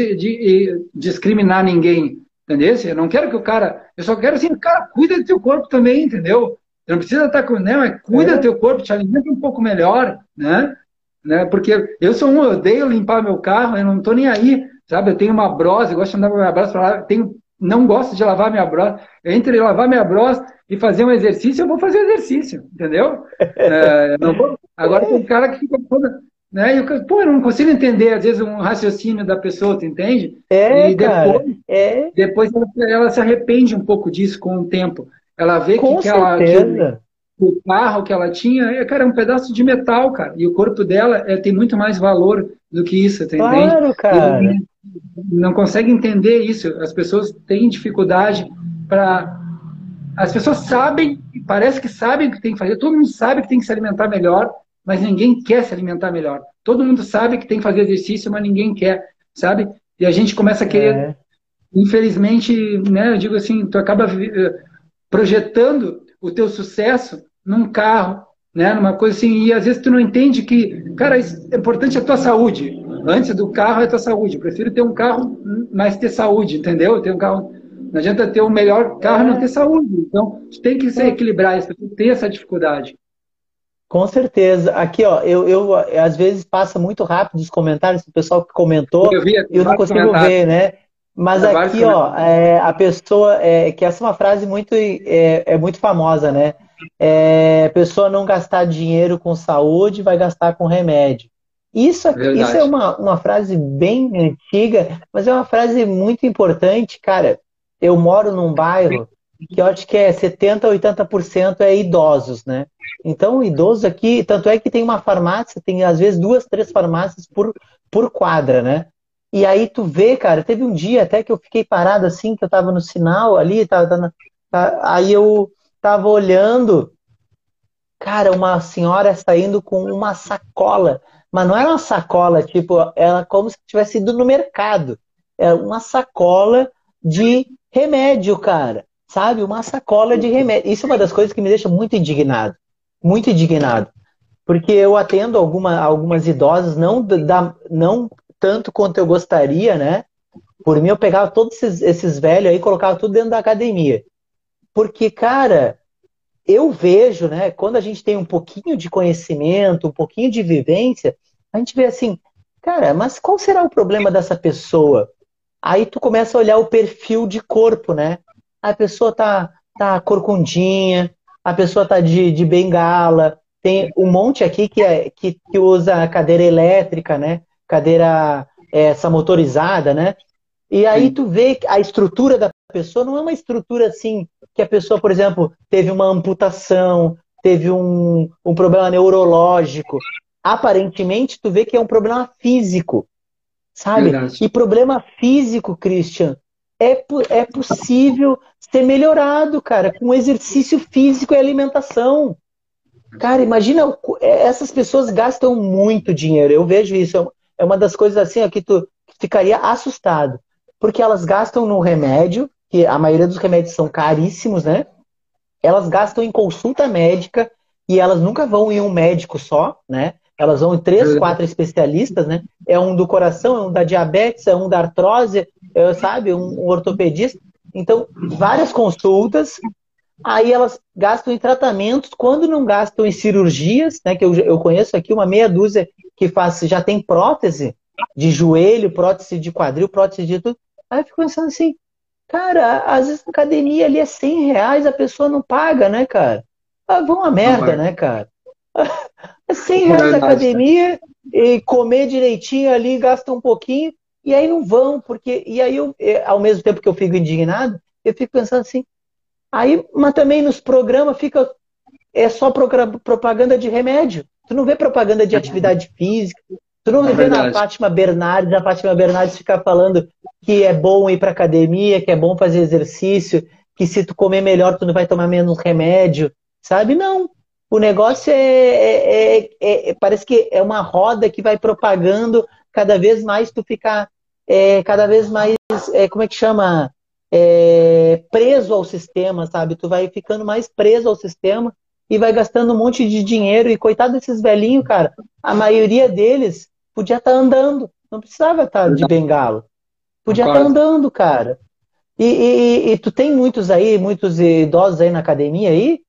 discriminar ninguém, entendeu? Eu não quero que o cara. Eu só quero assim, cara, cuida do teu corpo também, entendeu? Você não precisa estar com. Né, mas cuida do É, teu corpo, te alimenta um pouco melhor, né? né? Porque eu sou um, eu odeio limpar meu carro, eu não estou nem aí, sabe? Eu tenho uma brosa, eu gosto de andar com a minha brosa para lá, tenho, não gosto de lavar minha brosa. Entre lavar minha brosa e fazer um exercício, eu vou fazer exercício, entendeu? É, não vou, agora tem um cara que fica toda. Né? E eu, pô, eu não consigo entender, às vezes, um raciocínio da pessoa, tu entende? é, E cara. depois, É, depois ela, ela se arrepende um pouco disso com o tempo. Ela vê que, com que, ela, que o, certeza. o carro que ela tinha é, cara, é um pedaço de metal, cara. E o corpo dela é, tem muito mais valor do que isso, tu entende? Claro, E cara. não consegue entender isso. As pessoas têm dificuldade para as pessoas sabem, parece que sabem o que tem que fazer, todo mundo sabe que tem que se alimentar melhor, mas ninguém quer se alimentar melhor. Todo mundo sabe que tem que fazer exercício, mas ninguém quer, sabe? E a gente começa a querer, É, infelizmente, né, eu digo assim, tu acaba projetando o teu sucesso num carro, né, numa coisa assim, e às vezes tu não entende que, cara, é importante a tua saúde. Antes do carro é a tua saúde. Eu prefiro ter um carro, mas ter saúde, entendeu? Ter um carro. Não adianta ter o melhor carro e não ter é. saúde. Então, tu tem que se equilibrar isso, tu tem essa dificuldade. Com certeza. Aqui, ó, eu, eu às vezes passa muito rápido os comentários do pessoal que comentou Eu vi e eu não vários consigo comentários. ver, né? Mas Vários aqui, ó, comentários. é, a pessoa, é, que essa é uma frase muito, é, é muito famosa, né? É, a pessoa não gastar dinheiro com saúde, vai gastar com remédio. Isso aqui, isso é Verdade. uma, uma frase bem antiga, mas é uma frase muito importante, cara. Eu moro num bairro que eu acho que é setenta, oitenta por cento é idosos, né? Então, o idoso aqui, tanto é que tem uma farmácia, tem às vezes duas, três farmácias por, por quadra, né? E aí tu vê, cara, teve um dia até que eu fiquei parado assim, que eu tava no sinal ali, tava, tava- tá- aí eu tava olhando, cara, uma senhora saindo com uma sacola, mas não era uma sacola, tipo, ela como se tivesse ido no mercado. É uma sacola de remédio, cara, sabe? Uma sacola de remédio. Isso é uma das coisas que me deixa muito indignado, muito indignado, porque eu atendo alguma, algumas idosas, não, da, não tanto quanto eu gostaria, né? Por mim, eu pegava todos esses, esses velhos aí e colocava tudo dentro da academia. Porque, cara, eu vejo, né, quando a gente tem um pouquinho de conhecimento, um pouquinho de vivência, a gente vê assim, cara, mas qual será o problema dessa pessoa? Aí tu começa a olhar o perfil de corpo, né? A pessoa tá, tá corcundinha, a pessoa tá de, de bengala, tem um monte aqui que, é, que, que usa cadeira elétrica, né? Cadeira é, essa motorizada, né? E aí Sim. tu vê que a estrutura da pessoa não é uma estrutura assim, que a pessoa, por exemplo, teve uma amputação, teve um, um problema neurológico. Aparentemente, tu vê que é um problema físico, sabe? Verdade. E problema físico, Christian, é, po- é possível ser melhorado, cara, com exercício físico e alimentação. Cara, imagina, o co- é, essas pessoas gastam muito dinheiro. Eu vejo isso, é uma é uma das coisas assim ó, que tu ficaria assustado. Porque elas gastam no remédio, que a maioria dos remédios são caríssimos, né? Elas gastam em consulta médica e elas nunca vão em um médico só, né? Elas vão em três, Verdade. quatro especialistas, né? É um do coração, é um da diabetes, é um da artrose, é, sabe? Um, um ortopedista. Então, várias consultas. Aí elas gastam em tratamentos, quando não gastam em cirurgias, né? Que eu, eu conheço aqui uma meia dúzia que faz, já tem prótese de joelho, prótese de quadril, prótese de tudo. Aí eu fico pensando assim, cara, às vezes a academia ali é cem reais, a pessoa não paga, né, cara? Ah, vão a Não merda, vai. né, cara? É cem É reais a verdade, cara. academia e comer direitinho ali, gasta um pouquinho, e aí não vão, porque. E aí, eu, eh, ao mesmo tempo que eu fico indignado, eu fico pensando assim, aí, mas também nos programas fica é só progra- propaganda de remédio. Tu não vê propaganda de atividade física. Tu não É vê na verdade. Fátima Bernardes, a Fátima Bernardes ficar falando que é bom ir pra academia, que é bom fazer exercício, que se tu comer melhor tu não vai tomar menos remédio, sabe? Não. O negócio é, é- é- é- é- parece que é uma roda que vai propagando cada vez mais tu ficar é, cada vez mais, é, como é que chama? É, preso ao sistema, sabe? Tu vai ficando mais preso ao sistema e vai gastando um monte de dinheiro. E coitado desses velhinhos, cara, a maioria deles podia estar andando, não precisava estar de Verdade. bengala, podia estar Concordo. andando, cara. E, e- e tu tem muitos aí, muitos idosos aí na academia aí?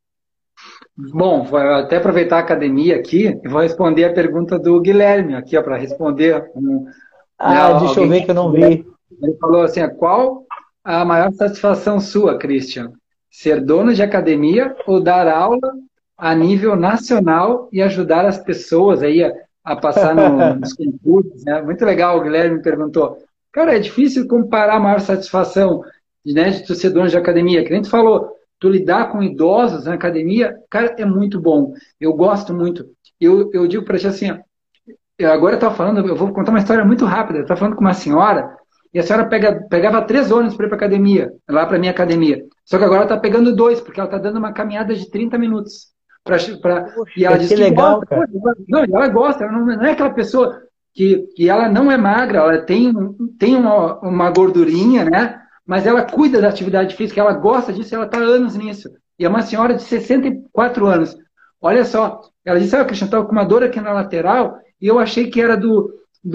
Bom, vou até aproveitar a academia aqui e vou responder a pergunta do Guilherme aqui, para responder, um, né, Ah, deixa eu alguém ver que eu não vi. ele falou assim, qual a maior satisfação sua, Christian? Ser dono de academia ou dar aula a nível nacional e ajudar as pessoas aí a, a passar no- nos concursos, né? Muito legal, o Guilherme me perguntou. Cara, é difícil comparar a maior satisfação, né, de tu ser dono de academia. Que nem tu falou, tu lidar com idosos na academia, cara, é muito bom. Eu gosto muito. Eu, eu digo para ti assim, ó, eu agora estava falando, eu vou contar uma história muito rápida. Eu estava falando com uma senhora, e a senhora pega, pegava três ônibus para ir para academia, lá para minha academia. Só que agora ela está pegando dois, porque ela está dando uma caminhada de trinta minutos. Pra, pra, e ela diz que que legal, gosta. cara. Não, ela gosta, ela não, não é aquela pessoa que, que ela não é magra, ela tem, tem uma, uma gordurinha, né? Mas ela cuida da atividade física, ela gosta disso, ela está há anos nisso. E é uma senhora de sessenta e quatro anos. Olha só, ela disse, ah, Cristian, estava com uma dor aqui na lateral e eu achei que era do,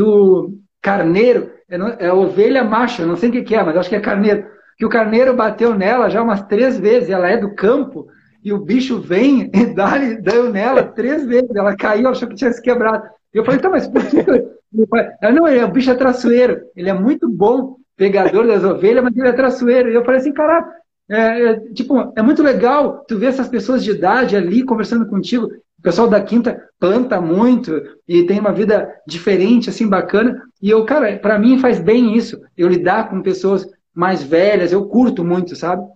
do carneiro, é, não, é ovelha macho, eu não sei o que, que é, mas acho que é carneiro. Que o carneiro bateu nela já umas três vezes, ela é do campo, e o bicho vem e dá, deu nela três vezes, ela caiu, achou que tinha se quebrado. E eu falei, tá, mas por que... Ela, não, ele é, o bicho é traiçoeiro, ele é muito bom pegador das ovelhas, mas ele é traiçoeiro. E eu falei assim, caraca, é, é, tipo, é muito legal tu ver essas pessoas de idade ali conversando contigo. O pessoal da Quinta planta muito e tem uma vida diferente, assim, bacana. E eu, cara, para mim faz bem isso, eu lidar com pessoas mais velhas, eu curto muito, sabe?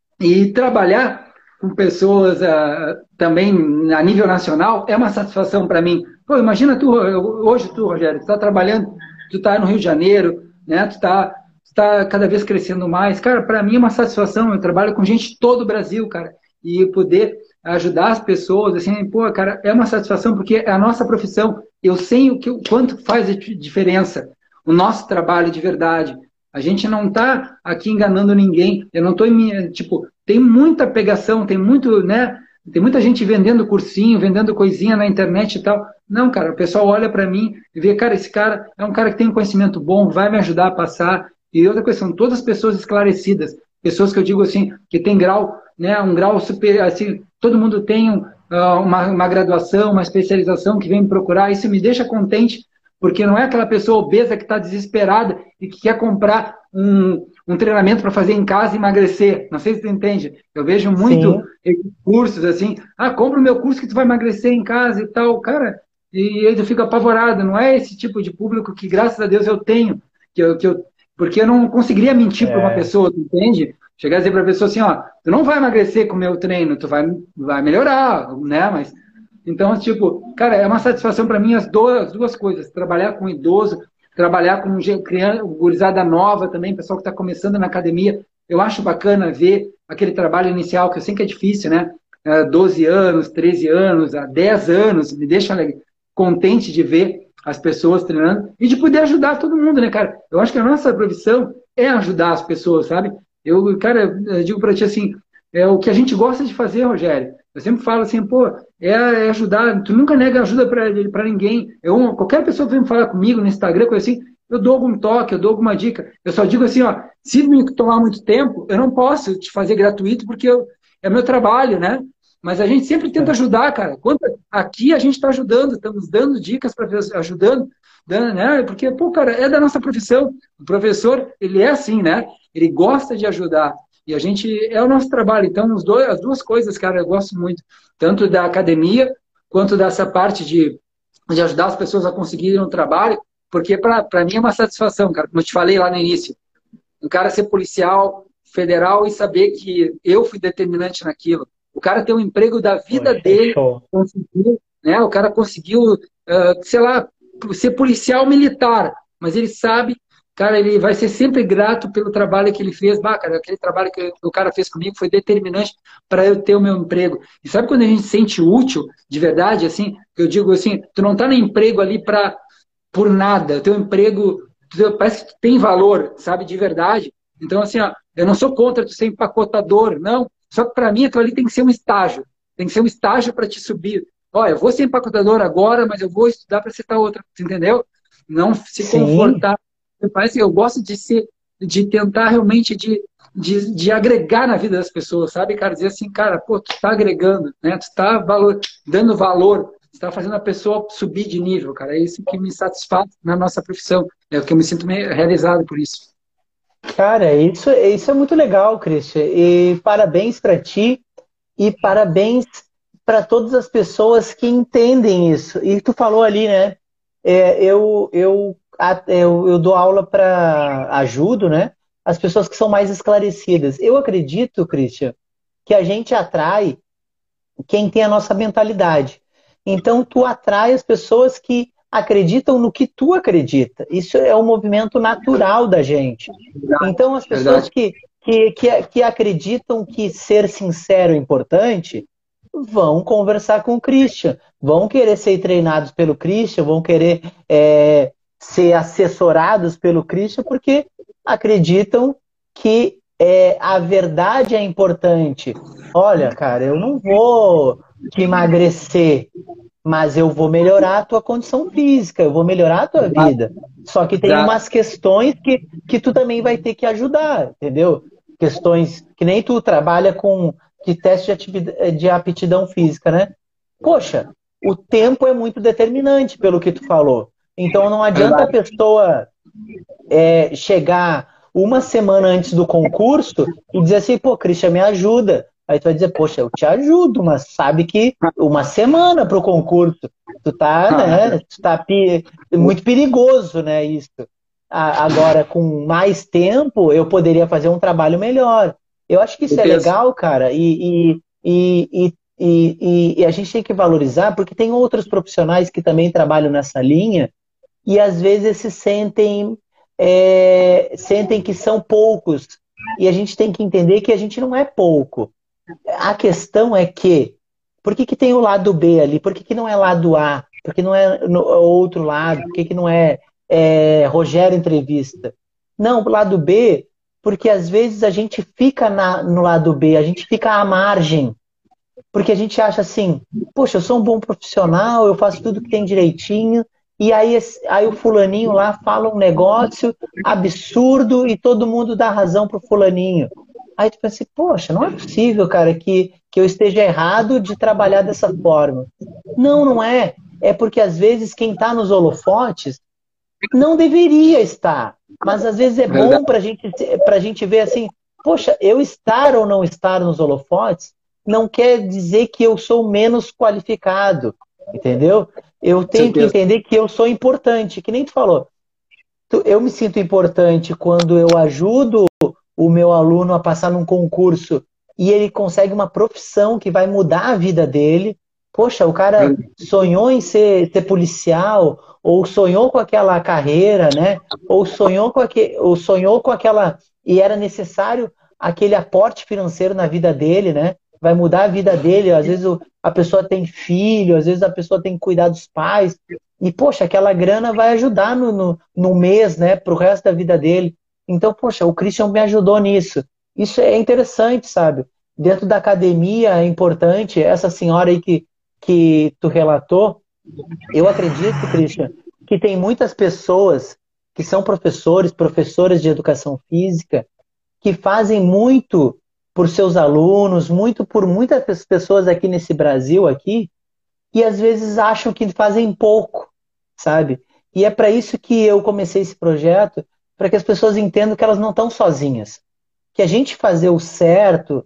E trabalhar com pessoas uh, também a nível nacional é uma satisfação para mim. Pô, imagina tu, hoje tu, Rogério, tu está trabalhando, tu está no Rio de Janeiro, né? Tu está tá cada vez crescendo mais. Cara, para mim é uma satisfação. Eu trabalho com gente de todo o Brasil, cara, e poder ajudar as pessoas, assim, pô, cara, é uma satisfação porque é a nossa profissão. Eu sei o, que, o quanto faz a diferença o nosso trabalho de verdade. A gente não está aqui enganando ninguém. Eu não estou, tipo, tem muita pegação, tem muito, né? Tem muita gente vendendo cursinho, vendendo coisinha na internet e tal. Não, cara, o pessoal olha para mim e vê, cara, esse cara é um cara que tem um conhecimento bom, vai me ajudar a passar. E outra coisa, são todas pessoas esclarecidas, pessoas que eu digo assim, que tem grau, né? Um grau super, assim, todo mundo tem uh, uma, uma graduação, uma especialização que vem me procurar. Isso me deixa contente. Porque não é aquela pessoa obesa que está desesperada e que quer comprar um, um treinamento para fazer em casa e emagrecer. Não sei se você entende. Eu vejo muito cursos assim. Ah, compra o meu curso que tu vai emagrecer em casa e tal. Cara, e eu fico apavorado. Não é esse tipo de público que, graças a Deus, eu tenho. Que eu, que eu, porque eu não conseguiria mentir é. para uma pessoa, tu entende? Chegar a dizer para a pessoa assim, ó, tu não vai emagrecer com o meu treino, tu vai, vai melhorar, né? Mas... Então, tipo, cara, é uma satisfação para mim as duas, as duas coisas. Trabalhar com idoso, trabalhar com criança, gurizada nova também, pessoal que está começando na academia. Eu acho bacana ver aquele trabalho inicial, que eu sei que é difícil, né? doze anos, treze anos, dez anos, me deixa contente de ver as pessoas treinando e de poder ajudar todo mundo, né, cara? Eu acho que a nossa profissão é ajudar as pessoas, sabe? Eu, cara, eu digo para ti assim, é o que a gente gosta de fazer, Rogério. Eu sempre falo assim, pô, é, é ajudar, tu nunca nega ajuda para ninguém. Eu, qualquer pessoa que vem falar comigo no Instagram, coisa assim, eu dou algum toque, eu dou alguma dica. Eu só digo assim, ó, se me tomar muito tempo, eu não posso te fazer gratuito porque eu, é meu trabalho, né? Mas a gente sempre tenta ajudar, cara. Quanto, aqui a gente está ajudando, estamos dando dicas para ajudando, dando, né? Porque, pô, cara, é da nossa profissão. O professor, ele é assim, né? Ele gosta de ajudar. E a gente, é o nosso trabalho. Então, os dois, as duas coisas, cara, eu gosto muito. Tanto da academia, quanto dessa parte de, de ajudar as pessoas a conseguirem um trabalho, porque para mim é uma satisfação, cara. Como eu te falei lá no início. Um cara ser policial federal e saber que eu fui determinante naquilo. O cara ter um emprego da vida Poxa, dele, conseguiu, né? O cara conseguiu, uh, sei lá, ser policial militar, mas ele sabe, cara, ele vai ser sempre grato pelo trabalho que ele fez. Bah, cara, aquele trabalho que o cara fez comigo foi determinante para eu ter o meu emprego. E sabe quando a gente se sente útil, de verdade, assim, eu digo assim, tu não tá no emprego ali pra, por nada, o teu emprego tu, parece que tu tem valor, sabe, de verdade. Então, assim, ó, eu não sou contra tu ser empacotador, não. Só que para mim aquilo ali tem que ser um estágio. Tem que ser um estágio para te subir. Olha, eu vou ser empacotador agora, mas eu vou estudar para ser tal outra. Entendeu? Não se Sim. confortar. Parece que eu gosto de ser, de tentar realmente de, de, de agregar na vida das pessoas, sabe, cara? Dizer assim, cara, pô, tu tá agregando, né? Tu tá valor, dando valor, tu tá fazendo a pessoa subir de nível, cara. É isso que me satisfaz na nossa profissão. É o que eu me sinto realizado por isso. Cara, isso, isso é muito legal, Christian. E parabéns para ti e parabéns para todas as pessoas que entendem isso. E tu falou ali, né? É, eu, eu, eu, eu dou aula para ajudo, né? As pessoas que são mais esclarecidas. Eu acredito, Christian, que a gente atrai quem tem a nossa mentalidade. Então, tu atrai as pessoas que acreditam no que tu acredita. Isso é um movimento natural da gente. Então, as pessoas que, que, que, que acreditam que ser sincero é importante, vão conversar com o Christian, vão querer ser treinados pelo Christian, vão querer é, ser assessorados pelo Christian, porque acreditam que é, a verdade é importante. Olha, cara, eu não vou te emagrecer, mas eu vou melhorar a tua condição física, eu vou melhorar a tua vida. Só que tem umas questões que, que tu também vai ter que ajudar, entendeu? Questões que nem tu trabalha com de teste de, atividade, de aptidão física, né? Poxa, o tempo é muito determinante pelo que tu falou. Então não adianta a pessoa é, chegar uma semana antes do concurso e dizer assim, pô, Christian, me ajuda. Aí tu vai dizer, poxa, eu te ajudo, mas sabe que uma semana para o concurso, tu tá, né, tu tá muito perigoso, né, isso. Agora, com mais tempo, eu poderia fazer um trabalho melhor. Eu acho que isso é legal, cara, e, e, e, e, e a gente tem que valorizar, porque tem outros profissionais que também trabalham nessa linha, e às vezes se sentem, é, sentem que são poucos, e a gente tem que entender que a gente não é pouco. A questão é que, por que, que tem o lado B ali? Por que, que não é lado A? Por que não é no outro lado? Por que, que não é, é Rogério Entrevista? Não, lado B, porque às vezes a gente fica na, no lado B, a gente fica à margem. Porque a gente acha assim, poxa, eu sou um bom profissional, eu faço tudo que tem direitinho, e aí, aí o fulaninho lá fala um negócio absurdo e todo mundo dá razão pro fulaninho. Aí tu pensa assim, poxa, não é possível, cara, que, que eu esteja errado de trabalhar dessa forma. Não, não é. É porque às vezes quem está nos holofotes não deveria estar. Mas às vezes é bom para gente, pra gente ver assim, poxa, eu estar ou não estar nos holofotes não quer dizer que eu sou menos qualificado, entendeu? Eu tenho que entender que eu sou importante, que nem tu falou. Eu me sinto importante quando eu ajudo o meu aluno a passar num concurso e ele consegue uma profissão que vai mudar a vida dele. Poxa, o cara sonhou em ser, ser policial, ou sonhou com aquela carreira, né? Ou sonhou com, aquele, ou sonhou com aquela... E era necessário aquele aporte financeiro na vida dele, né? Vai mudar a vida dele. Às vezes a pessoa tem filho, às vezes a pessoa tem que cuidar dos pais. E, poxa, aquela grana vai ajudar no, no, no mês, né? Pro resto da vida dele. Então, poxa, o Christian me ajudou nisso. Isso é interessante, sabe? Dentro da academia é importante. Essa senhora aí que, que tu relatou, eu acredito, Christian, que tem muitas pessoas que são professores, professoras de educação física, que fazem muito por seus alunos, muito por muitas pessoas aqui nesse Brasil, aqui, e às vezes acham que fazem pouco, sabe? E é para isso que eu comecei esse projeto, para que as pessoas entendam que elas não estão sozinhas. Que a gente fazer o certo,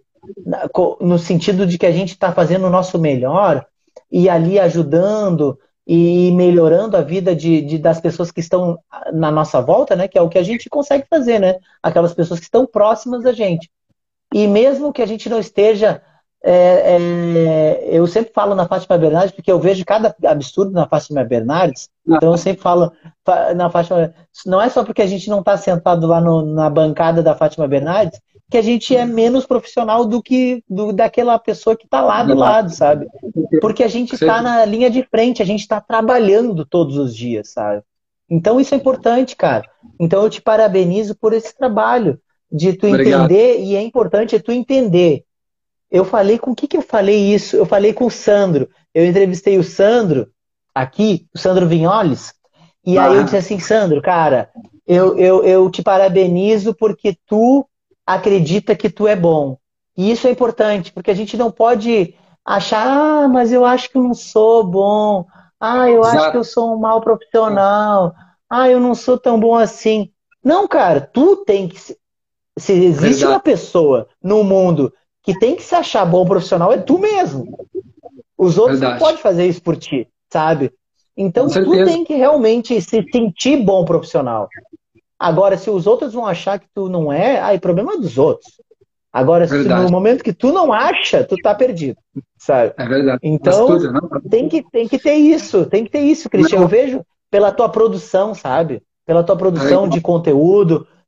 no sentido de que a gente está fazendo o nosso melhor, e ali ajudando e melhorando a vida de, de, das pessoas que estão na nossa volta, né? Que é o que a gente consegue fazer, né? Aquelas pessoas que estão próximas da gente. E mesmo que a gente não esteja... É, é, eu sempre falo na Fátima Bernardes, porque eu vejo cada absurdo na Fátima Bernardes, então eu sempre falo na Fátima... Não é só porque a gente não está sentado lá no, na bancada da Fátima Bernardes que a gente é menos profissional do que do, daquela pessoa que está lá do lado, sabe? Porque a gente está na linha de frente, a gente está trabalhando todos os dias, sabe? Então isso é importante, cara. Então eu te parabenizo por esse trabalho de tu Obrigado. Entender, e é importante tu entender. Eu falei, com o que que eu falei isso? Eu falei com o Sandro. Eu entrevistei o Sandro aqui, o Sandro Vinholes, e ah. aí eu disse assim, Sandro, cara, eu, eu, eu te parabenizo porque tu acredita que tu é bom. E isso é importante, porque a gente não pode achar, ah, mas eu acho que eu não sou bom, ah, eu Exato. Acho que eu sou um mau profissional, ah, eu não sou tão bom assim. Não, cara, tu tem que... Se existe Verdade. Uma pessoa no mundo que tem que se achar bom profissional, é tu mesmo. Os outros Verdade. Não podem fazer isso por ti, sabe? Então tu tem que realmente se sentir bom profissional. Agora, se os outros vão achar que tu não é, aí problema é dos outros. Agora, se no momento que tu não acha, tu tá perdido, sabe? É verdade. Então, tudo, não? Tem, que, tem que ter isso, tem que ter isso, Christian. Não. Eu vejo pela tua produção, sabe? Pela tua produção é de conteúdo,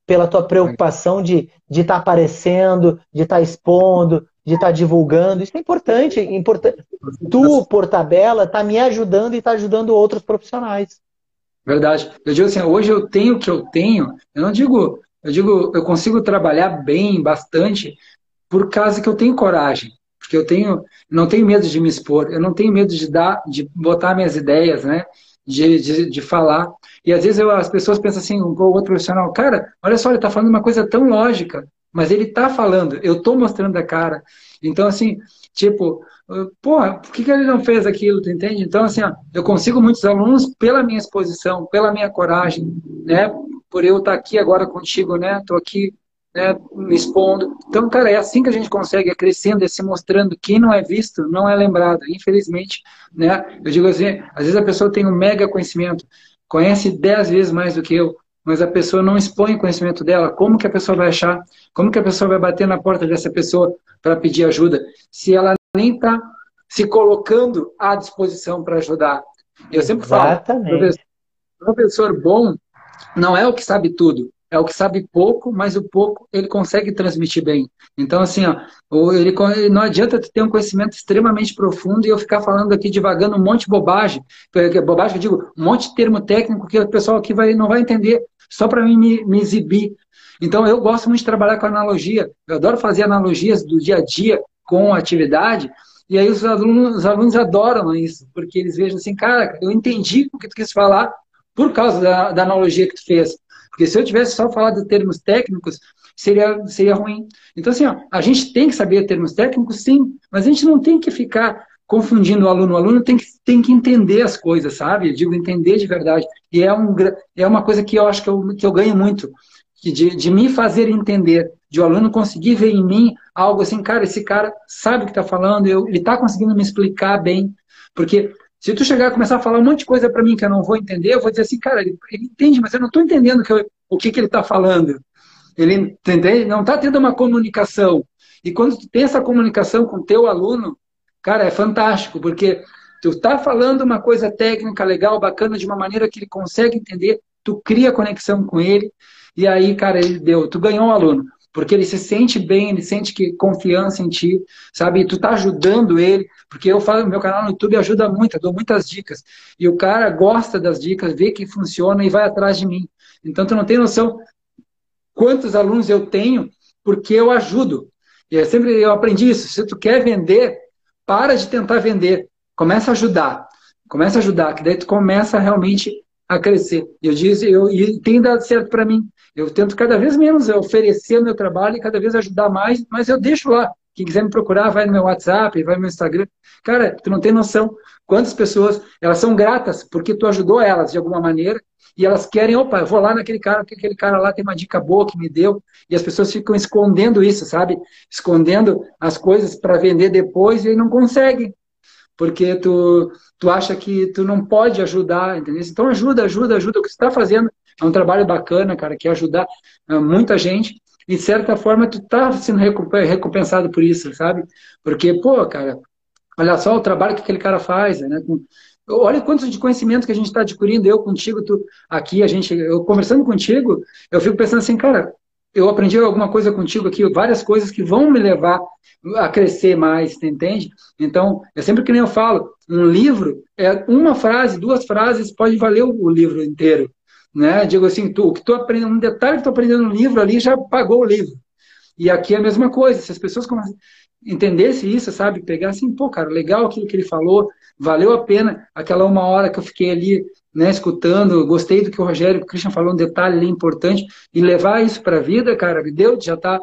pela tua preocupação de de estar aparecendo, de estar expondo, de estar divulgando. Isso é importante, importante. Tu, por tabela, tá me ajudando e tá ajudando outros profissionais. Verdade. Eu digo assim, hoje eu tenho o que eu tenho, eu não digo, eu digo, eu consigo trabalhar bem, bastante, por causa que eu tenho coragem, porque eu tenho, não tenho medo de me expor, eu não tenho medo de dar, de botar minhas ideias, né? De, de, de falar. E às vezes eu, as pessoas pensam assim, um outro profissional, cara, olha só, ele está falando uma coisa tão lógica, mas ele está falando, eu estou mostrando a cara. Então, assim, tipo, porra, por que, que ele não fez aquilo, tu entende? Então, assim, ó, eu consigo muitos alunos pela minha exposição, pela minha coragem, né? Por eu estar aqui agora contigo, né? Estou aqui, né, me expondo. Então, cara, é assim que a gente consegue, é crescendo, é se mostrando. Quem não é visto, não é lembrado. Infelizmente, né? Eu digo assim, às vezes a pessoa tem um mega conhecimento, conhece dez vezes mais do que eu, mas a pessoa não expõe o conhecimento dela. Como que a pessoa vai achar? Como que a pessoa vai bater na porta dessa pessoa para pedir ajuda? Se ela nem está se colocando à disposição para ajudar. Eu sempre falo, Exatamente. professor, professor bom não é o que sabe tudo, é o que sabe pouco, mas o pouco ele consegue transmitir bem. Então, assim, ó, ele, não adianta ter um conhecimento extremamente profundo e eu ficar falando aqui devagando um monte de bobagem, bobagem que eu digo, um monte de termo técnico que o pessoal aqui vai, não vai entender, só para mim me, me exibir. Então, eu gosto muito de trabalhar com analogia, eu adoro fazer analogias do dia a dia com a atividade, e aí os alunos, os alunos adoram isso, porque eles vejam assim, cara, eu entendi o que tu quis falar, por causa da, da analogia que tu fez. Porque se eu tivesse só falado de termos técnicos, seria, seria ruim. Então, assim, ó, a gente tem que saber termos técnicos, sim, mas a gente não tem que ficar confundindo o aluno. O aluno tem que, tem que entender as coisas, sabe? Eu digo, entender de verdade. E é, um, é uma coisa que eu acho que eu, que eu ganho muito, de, de me fazer entender, de o aluno conseguir ver em mim algo assim, cara, esse cara sabe o que está falando, eu, ele está conseguindo me explicar bem, porque se tu chegar a começar a falar um monte de coisa para mim que eu não vou entender, eu vou dizer assim, cara, ele, ele entende, mas eu não estou entendendo que eu, o que, que ele está falando. Ele entende? Não está tendo uma comunicação. E quando tu tem essa comunicação com o teu aluno, cara, é fantástico, porque tu está falando uma coisa técnica, legal, bacana, de uma maneira que ele consegue entender, tu cria conexão com ele, e aí, cara, ele deu, tu ganhou o aluno. Porque ele se sente bem, ele sente que confiança em ti, sabe? E tu tá ajudando ele, porque eu falo, meu canal no YouTube ajuda muito, eu dou muitas dicas. E o cara gosta das dicas, vê que funciona e vai atrás de mim. Então tu não tem noção quantos alunos eu tenho porque eu ajudo. E eu sempre eu aprendi isso. Se tu quer vender, para de tentar vender. Começa a ajudar. Começa a ajudar, que daí tu começa realmente a crescer. E eu disse, eu, e tem dado certo para mim. Eu tento cada vez menos oferecer o meu trabalho e cada vez ajudar mais, mas eu deixo lá. Quem quiser me procurar, vai no meu WhatsApp, vai no meu Instagram. Cara, tu não tem noção quantas pessoas, elas são gratas porque tu ajudou elas de alguma maneira e elas querem, opa, eu vou lá naquele cara, porque aquele cara lá tem uma dica boa que me deu. E as pessoas ficam escondendo isso, sabe? Escondendo as coisas para vender depois e não conseguem. Porque tu, tu acha que tu não pode ajudar, entendeu? Então ajuda, ajuda, ajuda. O que tu está fazendo é um trabalho bacana, cara, que é ajudar uh, muita gente. E, de certa forma, tu tá sendo recompensado por isso, sabe? Porque, pô, cara, olha só o trabalho que aquele cara faz, né? Com, olha quantos de conhecimento que a gente está adquirindo, eu contigo, tu aqui, a gente, eu conversando contigo, eu fico pensando assim, cara, eu aprendi alguma coisa contigo aqui, várias coisas que vão me levar a crescer mais, entende? Então, é sempre que nem eu falo, um livro é uma frase, duas frases, pode valer o livro inteiro, né? Digo assim, tu, o que tu aprende, um detalhe que tu aprendeu no livro ali já pagou o livro. E aqui é a mesma coisa, se as pessoas entendessem isso, sabe, pegar assim, pô, cara, legal aquilo que ele falou, valeu a pena aquela uma hora que eu fiquei ali, né, escutando, gostei do que o Rogério, o Christian falou, um detalhe ali importante, e levar isso para a vida, cara, deu, já tá,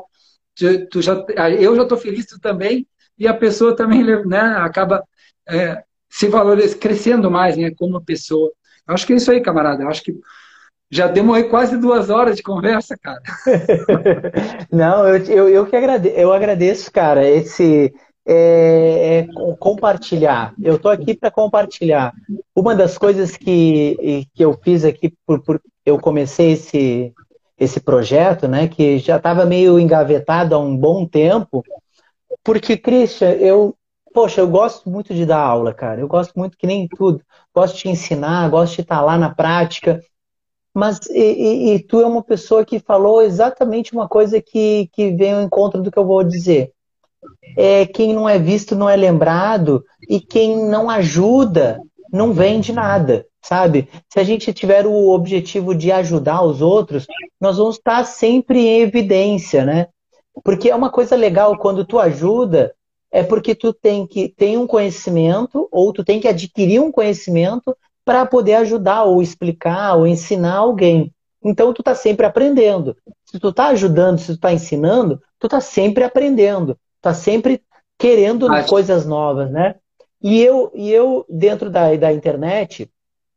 tu já, eu já tô feliz, tu também, e a pessoa também, né, acaba é, se valorizando, crescendo mais, né, como pessoa. Eu acho que é isso aí, camarada, eu acho que já demorei quase duas horas de conversa, cara. Não, eu, eu, eu que agradeço, eu agradeço, cara, esse é, é, compartilhar. Eu tô aqui para compartilhar. Uma das coisas que, que eu fiz aqui, por, por, eu comecei esse, esse projeto, né, que já estava meio engavetado há um bom tempo, porque, Christian, eu, poxa, eu gosto muito de dar aula, cara. Eu gosto muito que nem tudo. Gosto de ensinar, gosto de estar lá na prática. mas e, e, e tu é uma pessoa que falou exatamente uma coisa que, que vem ao encontro do que eu vou dizer. É, quem não é visto não é lembrado, e quem não ajuda não vende nada, sabe? Se a gente tiver o objetivo de ajudar os outros, nós vamos estar sempre em evidência, né? Porque é uma coisa legal quando tu ajuda, é porque tu tem que tem um conhecimento, ou tu tem que adquirir um conhecimento para poder ajudar, ou explicar, ou ensinar alguém. Então tu tá sempre aprendendo. Se tu tá ajudando, se tu tá ensinando, tu tá sempre aprendendo, tá sempre querendo Acho. coisas novas, né? E eu, e eu dentro da, da internet,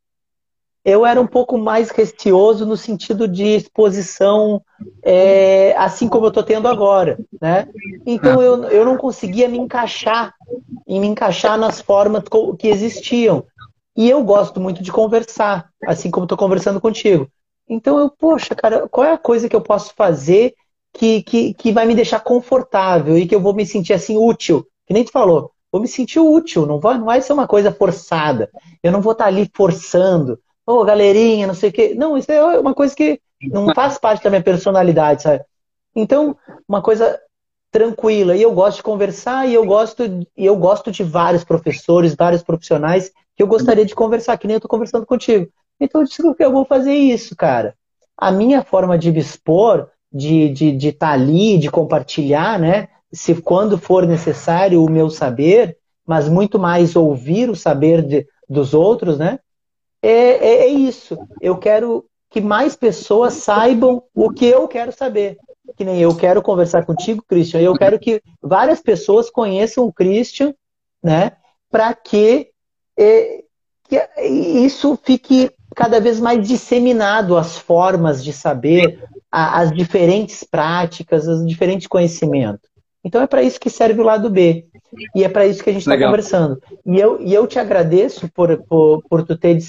eu era um pouco mais receoso no sentido de exposição, é, assim como eu estou tendo agora, né? Ah, Então eu, eu não conseguia me encaixar, e me encaixar nas formas que existiam. E eu gosto muito de conversar, assim como estou conversando contigo. Então eu, poxa, cara, qual é a coisa que eu posso fazer que, que, que vai me deixar confortável e que eu vou me sentir assim útil? Que nem tu falou, vou me sentir útil, não vai, não vai ser uma coisa forçada. Eu não vou estar ali forçando. Ô, galerinha, não sei o quê. Não, isso é uma coisa que não faz parte da minha personalidade, sabe? Então, uma coisa tranquila. E eu gosto de conversar e eu gosto, e eu gosto de vários professores, vários profissionais que eu gostaria de conversar, que nem eu estou conversando contigo. Então, eu disse que eu vou fazer isso, cara. A minha forma de me expor, de de de estar ali, de compartilhar, né? Se quando for necessário o meu saber, mas muito mais ouvir o saber de, dos outros, né? É, é, é isso. Eu quero que mais pessoas saibam o que eu quero saber. Que nem eu quero conversar contigo, Christian. Eu quero que várias pessoas conheçam o Christian, né? Para que, é, que isso fique cada vez mais disseminado, as formas de saber, a, as diferentes práticas, os diferentes conhecimentos. Então é para isso que serve o lado B. E é para isso que a gente está legal. conversando. E eu, e eu te agradeço por, por, por tu ter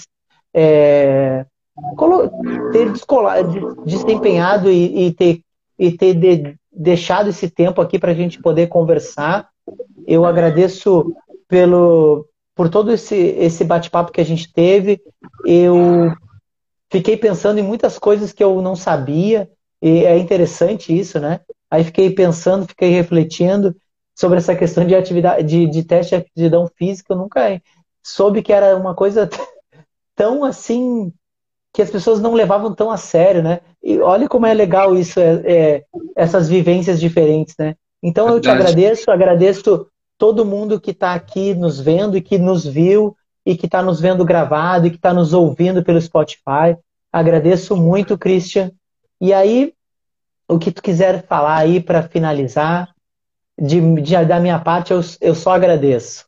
é, ter descolar, desempenhado e, e ter, e ter de, deixado esse tempo aqui para a gente poder conversar. Eu agradeço pelo, por todo esse, esse bate-papo que a gente teve. Eu fiquei pensando em muitas coisas que eu não sabia, e é interessante isso, né? Aí fiquei pensando, fiquei refletindo sobre essa questão de atividade, de, de teste de aptidão física. Eu nunca soube que era uma coisa tão assim que as pessoas não levavam tão a sério, né? E olha como é legal isso, é, é, essas vivências diferentes, né? Então eu te Verdade. agradeço, agradeço todo mundo que está aqui nos vendo e que nos viu e que está nos vendo gravado e que está nos ouvindo pelo Spotify. Agradeço muito, Christian. E aí, o que tu quiser falar aí para finalizar, de, de, da minha parte, eu, eu só agradeço.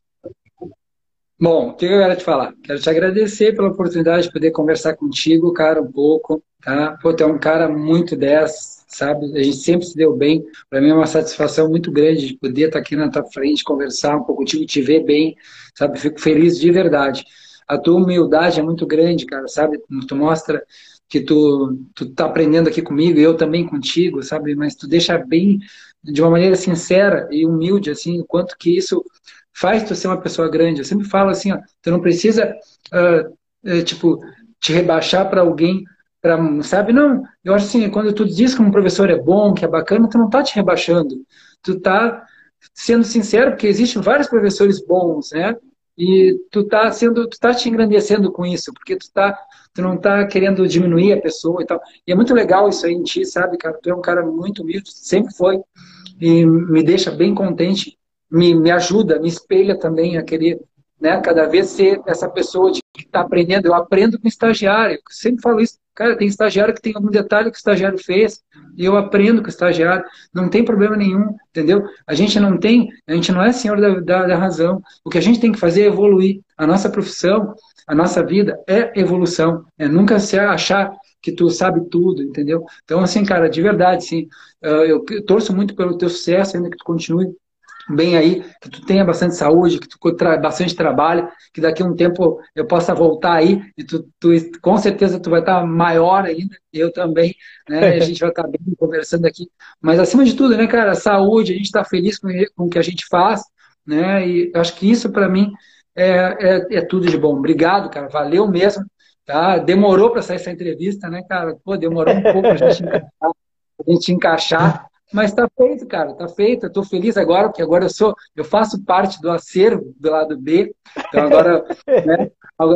Bom, o que eu quero te falar? Quero te agradecer pela oportunidade de poder conversar contigo, cara, um pouco, tá? Pô, tu é um cara muito dez, sabe? A gente sempre se deu bem. Para mim é uma satisfação muito grande de poder estar aqui na tua frente, conversar um pouco contigo, te ver bem, sabe? Fico feliz de verdade. A tua humildade é muito grande, cara, sabe? Tu mostra que tu, tu tá aprendendo aqui comigo e eu também contigo, sabe? Mas tu deixa bem, de uma maneira sincera e humilde, assim, o quanto que isso faz tu ser uma pessoa grande. Eu sempre falo assim, ó, tu não precisa, uh, uh, tipo, te rebaixar para alguém, pra, sabe? Não, eu acho assim, quando tu diz que um professor é bom, que é bacana, tu não tá te rebaixando. Tu tá sendo sincero, porque existem vários professores bons, né? E tu tá sendo, tu tá te engrandecendo com isso, porque tu tá, tu não tá querendo diminuir a pessoa e tal. E é muito legal isso aí em ti, sabe, cara? Tu é um cara muito humilde, sempre foi, e me deixa bem contente, me, me ajuda, me espelha também a querer, né, cada vez ser essa pessoa de, que está aprendendo. Eu aprendo com estagiário, eu sempre falo isso. Cara, tem estagiário que tem algum detalhe que o estagiário fez, e eu aprendo com o estagiário, não tem problema nenhum, entendeu? A gente não tem, a gente não é senhor da, da, da razão. O que a gente tem que fazer é evoluir. A nossa profissão, a nossa vida é evolução, é nunca se achar que tu sabe tudo, entendeu? Então, assim, cara, de verdade, sim, eu torço muito pelo teu sucesso, ainda que tu continue bem aí, que tu tenha bastante saúde, que tu tenha bastante trabalho, que daqui a um tempo eu possa voltar aí e tu, tu com certeza tu vai estar maior ainda, eu também, né? A gente vai estar bem conversando aqui. Mas acima de tudo, né, cara, saúde, a gente está feliz com, com o que a gente faz, né? E eu acho que isso para mim é, é, é tudo de bom. Obrigado, cara, valeu mesmo. tá? Demorou para sair essa entrevista, né, cara? Pô, demorou um pouco para a gente encaixar, pra gente encaixar, mas tá feito, cara, tá feito. Eu tô feliz agora, porque agora eu sou, eu faço parte do acervo do lado B, então agora, né, agora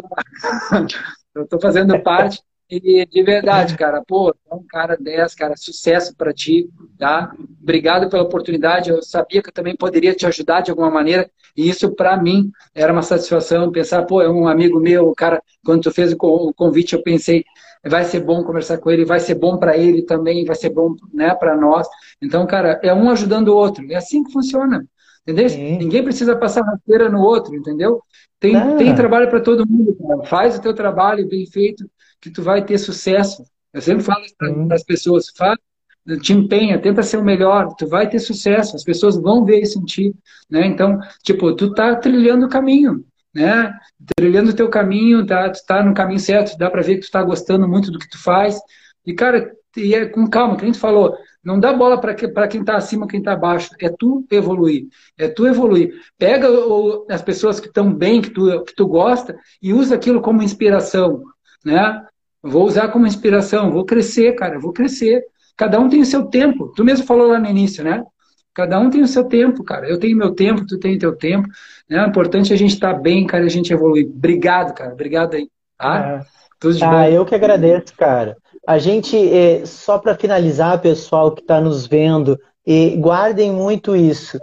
eu tô fazendo parte. E de verdade, cara, pô, é um cara dez, cara, sucesso para ti, tá? Obrigado pela oportunidade. Eu sabia que eu também poderia te ajudar de alguma maneira, e isso para mim era uma satisfação pensar, pô, é um amigo meu, o cara, quando tu fez o convite, eu pensei, vai ser bom conversar com ele, vai ser bom para ele também, vai ser bom, né, para nós. Então, cara, é um ajudando o outro. É assim que funciona. Entendeu? Sim. Ninguém precisa passar rasteira no outro, entendeu? Tem, tem Ah, trabalho para todo mundo, cara. Faz o teu trabalho bem feito, que tu vai ter sucesso. Eu sempre falo para sim. as pessoas, faz, te empenha, tenta ser o melhor, tu vai ter sucesso, as pessoas vão ver isso em ti, né? Então, tipo, tu tá trilhando o caminho, né? Trilhando o teu caminho, tá, tu tá no caminho certo, dá para ver que tu tá gostando muito do que tu faz. E, cara, e é com calma, que a gente falou, não dá bola para que, quem está acima, quem está abaixo. É tu evoluir. É tu evoluir. Pega o, as pessoas que estão bem, que tu, que tu gosta, e usa aquilo como inspiração, né? Vou usar como inspiração, vou crescer, cara, vou crescer. Cada um tem o seu tempo. Tu mesmo falou lá no início, né? Cada um tem o seu tempo, cara. Eu tenho meu tempo, tu tem teu tempo. Né? O importante é a gente estar tá bem, cara, e a gente evoluir. Obrigado, cara. Obrigado aí. Tá? Ah, Tudo de ah, bom. eu que agradeço, cara. A gente, eh, só para finalizar, pessoal que está nos vendo, e guardem muito isso.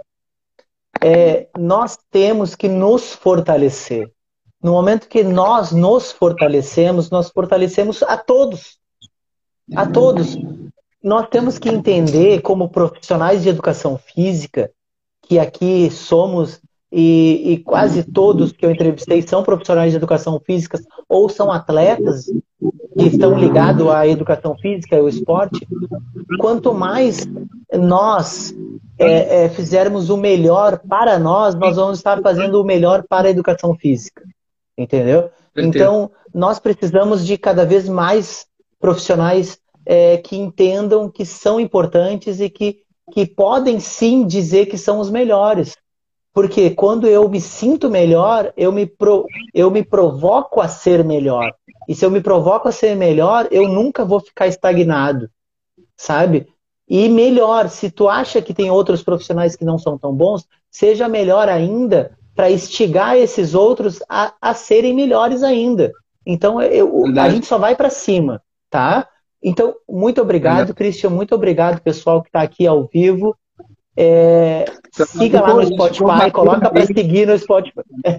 Nós temos que nos fortalecer. No momento que nós nos fortalecemos, nós fortalecemos a todos. A todos. Nós temos que entender, como profissionais de educação física, que aqui somos, e, e quase todos que eu entrevistei são profissionais de educação física ou são atletas que estão ligados à educação física e ao esporte. Quanto mais nós é, é, fizermos o melhor para nós, nós vamos estar fazendo o melhor para a educação física. Entendeu? Certeza. Então, nós precisamos de cada vez mais profissionais é, que entendam que são importantes e que, que podem sim dizer que são os melhores. Porque quando eu me sinto melhor, eu me, pro, eu me provoco a ser melhor. E se eu me provoco a ser melhor, eu nunca vou ficar estagnado, sabe? E melhor, se tu acha que tem outros profissionais que não são tão bons, seja melhor ainda para instigar esses outros a, a serem melhores ainda. Então, eu, a Verdade. gente só vai para cima, tá? Então, muito obrigado, Verdade. Christian, muito obrigado, pessoal que está aqui ao vivo. É, Então, siga lá pô, no a gente ficou Spotify, bacana coloca para aí. seguir no Spotify.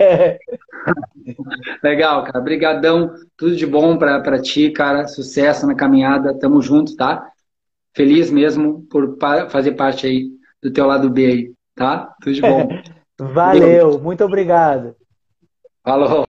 Legal, cara. Obrigadão. Tudo de bom para ti, cara. Sucesso na caminhada. Tamo junto, tá? Feliz mesmo por pa fazer parte aí do teu lado B aí, tá? Tudo de bom. Valeu. Valeu, muito obrigado. Falou.